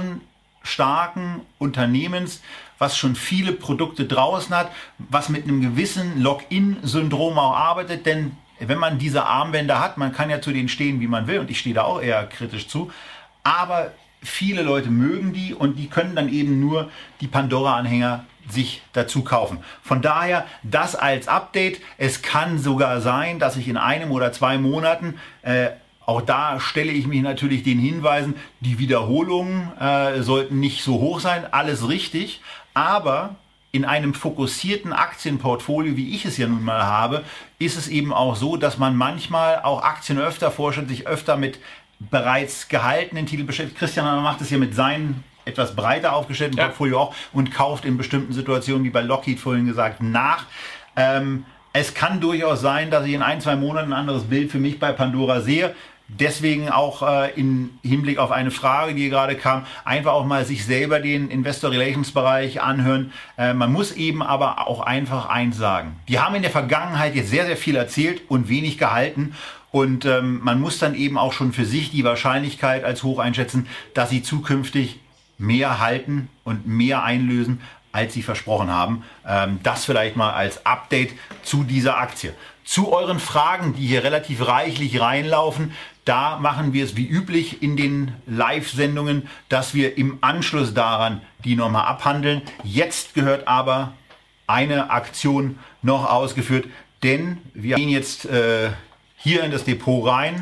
margenstarken Unternehmens, was schon viele Produkte draußen hat, was mit einem gewissen Lock-in-Syndrom auch arbeitet, denn wenn man diese Armbänder hat, man kann ja zu denen stehen, wie man will, und ich stehe da auch eher kritisch zu, aber viele Leute mögen die, und die können dann eben nur die Pandora-Anhänger sich dazu kaufen. Von daher das als Update. Es kann sogar sein, dass ich in einem oder zwei Monaten, äh, auch da stelle ich mich natürlich den Hinweisen, die Wiederholungen äh, sollten nicht so hoch sein, alles richtig, aber in einem fokussierten Aktienportfolio, wie ich es ja nun mal habe, ist es eben auch so, dass man manchmal auch Aktien öfter vorstellt, sich öfter mit bereits gehaltenen Titeln beschäftigt. Christian macht es ja mit seinen etwas breiter aufgestellten
ja.
Portfolio auch und kauft in bestimmten Situationen, wie bei Lockheed vorhin gesagt, nach. Ähm, es kann durchaus sein, dass ich in ein, zwei Monaten ein anderes Bild für mich bei Pandora sehe. Deswegen auch äh, im Hinblick auf eine Frage, die gerade kam, einfach auch mal sich selber den Investor Relations Bereich anhören. Äh, man muss eben aber auch einfach eins sagen. Die haben in der Vergangenheit jetzt sehr, sehr viel erzählt und wenig gehalten. Und ähm, man muss dann eben auch schon für sich die Wahrscheinlichkeit als hoch einschätzen, dass sie zukünftig mehr halten und mehr einlösen, als sie versprochen haben. Ähm, das vielleicht mal als Update zu dieser Aktie. zu euren Fragen, die hier relativ reichlich reinlaufen. Da machen wir es wie üblich in den Live-Sendungen, dass wir im Anschluss daran die nochmal abhandeln. Jetzt gehört aber eine Aktion noch ausgeführt, denn wir gehen jetzt äh, hier in das Depot rein,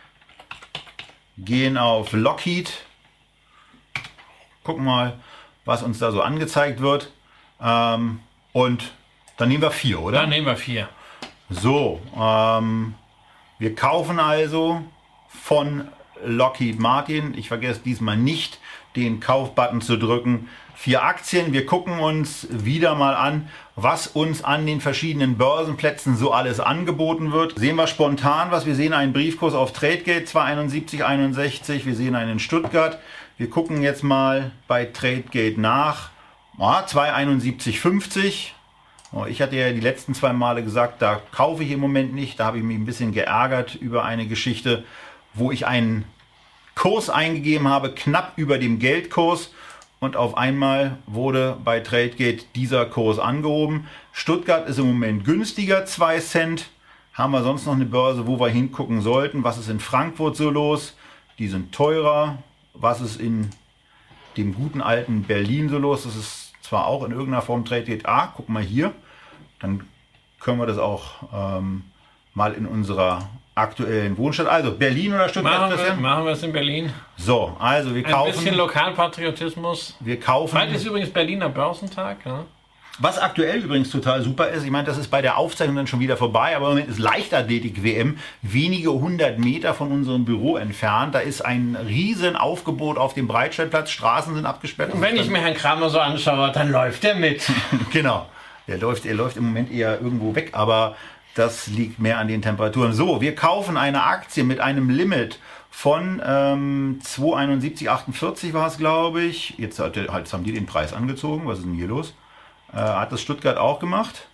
gehen auf Lockheed, gucken mal, was uns da so angezeigt wird, ähm, und dann nehmen wir vier, oder?
Dann nehmen wir vier.
So, ähm, wir kaufen also von Lockheed Martin, ich vergesse diesmal nicht, den Kaufbutton zu drücken, vier Aktien. Wir gucken uns wieder mal an, was uns an den verschiedenen Börsenplätzen so alles angeboten wird. Sehen wir spontan was. Wir sehen einen Briefkurs auf Tradegate zwei einundsiebzig einundsechzig. Wir sehen einen in Stuttgart. Wir gucken jetzt mal bei Tradegate nach. Ah, zwei einundsiebzig fünfzig. Oh, ich hatte ja die letzten zwei Male gesagt, da kaufe ich im Moment nicht. Da habe ich mich ein bisschen geärgert über eine Geschichte, wo ich einen Kurs eingegeben habe, knapp über dem Geldkurs. Und auf einmal wurde bei Tradegate dieser Kurs angehoben. Stuttgart ist im Moment günstiger, zwei Cent. Haben wir sonst noch eine Börse, wo wir hingucken sollten? Was ist in Frankfurt so los? Die sind teurer. Was ist in dem guten alten Berlin so los? Das ist zwar auch in irgendeiner Form Tradegate. Ah, guck mal hier. Dann können wir das auch ähm, mal in unserer aktuellen Wohnstadt. Also Berlin oder Stuttgart?
Machen wir, machen wir es in Berlin.
So, also wir kaufen...
Ein bisschen Lokalpatriotismus.
Wir kaufen...
Bald ist übrigens Berliner Börsentag. Ja?
Was aktuell übrigens total super ist, ich meine, das ist bei der Aufzeichnung dann schon wieder vorbei, aber im Moment ist Leichtathletik-W M wenige hundert Meter von unserem Büro entfernt. Da ist ein riesen Aufgebot auf dem Breitscheidplatz, Straßen sind abgesperrt.
Und wenn ich mir Herrn Kramer so anschaue, dann läuft er mit.
Genau, er läuft, er läuft im Moment eher irgendwo weg, aber das liegt mehr an den Temperaturen. So, wir kaufen eine Aktie mit einem Limit von ähm, zwei einundsiebzig achtundvierzig war es, glaube ich. Jetzt, hat, jetzt haben die den Preis angezogen. Was ist denn hier los? Äh, hat das Stuttgart auch gemacht?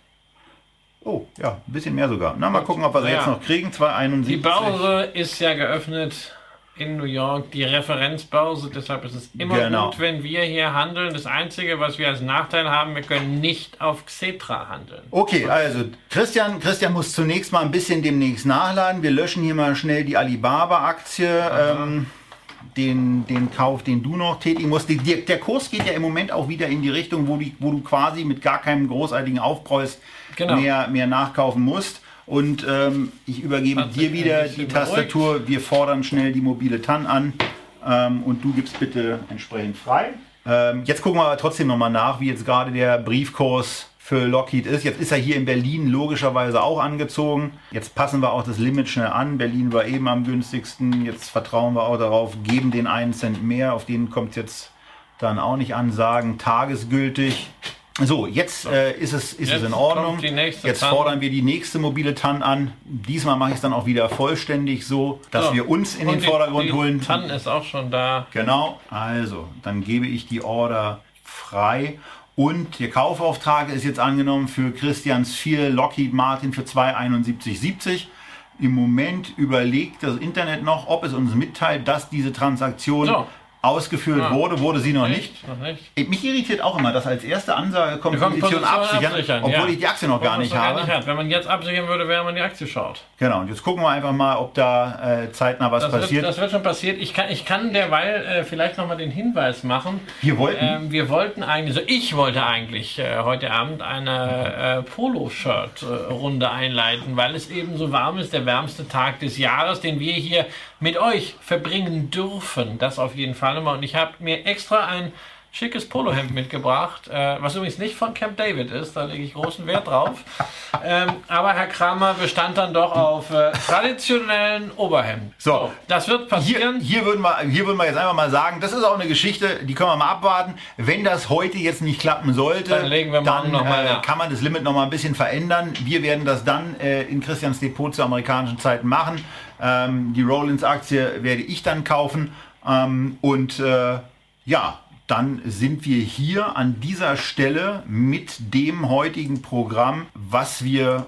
Oh, ja, ein bisschen mehr sogar. Na, mal gucken, ob wir sie
ja.
jetzt noch kriegen. zwei einundsiebzig.
Die Börse ist ja geöffnet in New York, die Referenzbörse. Deshalb ist es immer
Genau.
gut, wenn wir hier handeln. Das Einzige, was wir als Nachteil haben, wir können nicht auf Xetra handeln.
Okay, also Christian, Christian muss zunächst mal ein bisschen demnächst nachladen. Wir löschen hier mal schnell die Alibaba-Aktie. Ähm, den, den Kauf, den du noch tätigen musst. Die, die, der Kurs geht ja im Moment auch wieder in die Richtung, wo, die, wo du quasi mit gar keinem großartigen Aufpreis
Genau.
mehr, mehr nachkaufen musst. Und ähm, ich übergebe
Hat
dir
sich ein
wieder
bisschen
die Tastatur. Wir fordern schnell die mobile T A N an ähm, und du gibst bitte entsprechend frei. Ähm, jetzt gucken wir aber trotzdem nochmal nach, wie jetzt gerade der Briefkurs für Lockheed ist. Jetzt ist er hier in Berlin logischerweise auch angezogen. Jetzt passen wir auch das Limit schnell an. Berlin war eben am günstigsten. Jetzt vertrauen wir auch darauf, geben den einen Cent mehr. Auf den kommt es jetzt dann auch nicht an. Sagen tagesgültig. So, jetzt äh, ist, es, ist
Jetzt
es in Ordnung.
kommt die nächste
Jetzt
T A N.
fordern wir die nächste mobile T A N an. Diesmal mache ich es dann auch wieder vollständig so, dass
So,
wir uns in
und
den
die-
Vordergrund
die
holen.
T A N ist auch schon da.
Genau, also dann gebe ich die Order frei und der Kaufauftrag ist jetzt angenommen für Christians vier Lockheed Martin für zwei einundsiebzig siebzig. Im Moment überlegt das Internet noch, ob es uns mitteilt, dass diese Transaktion
So.
ausgeführt
Ja.
wurde, wurde sie noch nicht.
Noch nicht.
Mich irritiert auch immer, dass als erste Ansage kommt,
Wir kommen
Position
Position
absichern,
absichern,
obwohl
ja.
ich die Aktie noch gar
Obwohl
nicht
man es
habe.
noch gar nicht hat. Wenn man jetzt absichern würde, wäre man die Aktie schaut.
Genau, und jetzt gucken wir einfach mal, ob da äh, zeitnah was
Das wird,
passiert.
das wird schon passiert. Ich kann, ich kann derweil äh, vielleicht noch mal den Hinweis machen.
Wir wollten,
Ähm, wir wollten eigentlich, also ich wollte eigentlich äh, heute Abend eine äh, Polo-Shirt-Runde einleiten, weil es eben so warm ist, der wärmste Tag des Jahres, den wir hier mit euch verbringen dürfen. Das auf jeden Fall immer. Und ich habe mir extra ein schickes Polohemd mitgebracht, äh, was übrigens nicht von Camp David ist, da lege ich großen Wert drauf. Ähm, aber Herr Kramer bestand dann doch auf äh, traditionellen Oberhemd.
So.
das wird
Hier,
passieren.
hier, würden wir, hier würden wir jetzt einfach mal sagen, das ist auch eine Geschichte, die können wir mal abwarten. Wenn das heute jetzt nicht klappen sollte,
Dann legen wir morgen
dann
noch mal
äh,
nach.
kann man das Limit noch mal ein bisschen verändern. Wir werden das dann äh, in Christians Depot zur amerikanischen Zeit machen. Ähm, die Rollins-Aktie werde ich dann kaufen. Ähm, und äh, ja, dann sind wir hier an dieser Stelle mit dem heutigen Programm, was wir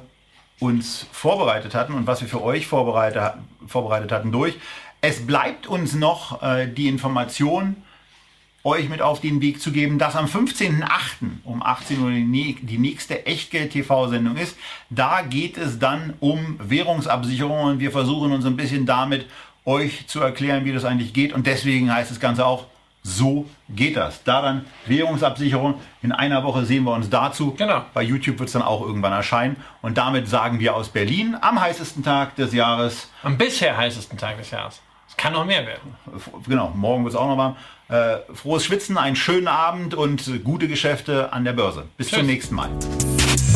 uns vorbereitet hatten und was wir für euch vorbereitet, vorbereitet hatten, durch. Es bleibt uns noch äh, die Information, euch mit auf den Weg zu geben, dass am fünfzehnten achten um achtzehn Uhr die nächste Echtgeld-T V-Sendung ist. Da geht es dann um Währungsabsicherung und wir versuchen uns ein bisschen damit euch zu erklären, wie das eigentlich geht. Und deswegen heißt das Ganze auch, so geht das. Da dann Währungsabsicherung. In einer Woche sehen wir uns dazu.
Genau.
Bei YouTube wird es dann auch irgendwann erscheinen. Und damit sagen wir aus Berlin am heißesten Tag des Jahres.
Am bisher heißesten Tag des Jahres. Es kann noch mehr werden.
Genau, morgen wird es auch noch warm. Äh, frohes Schwitzen, einen schönen Abend und gute Geschäfte an der Börse. Bis
Tschüss.
zum nächsten Mal.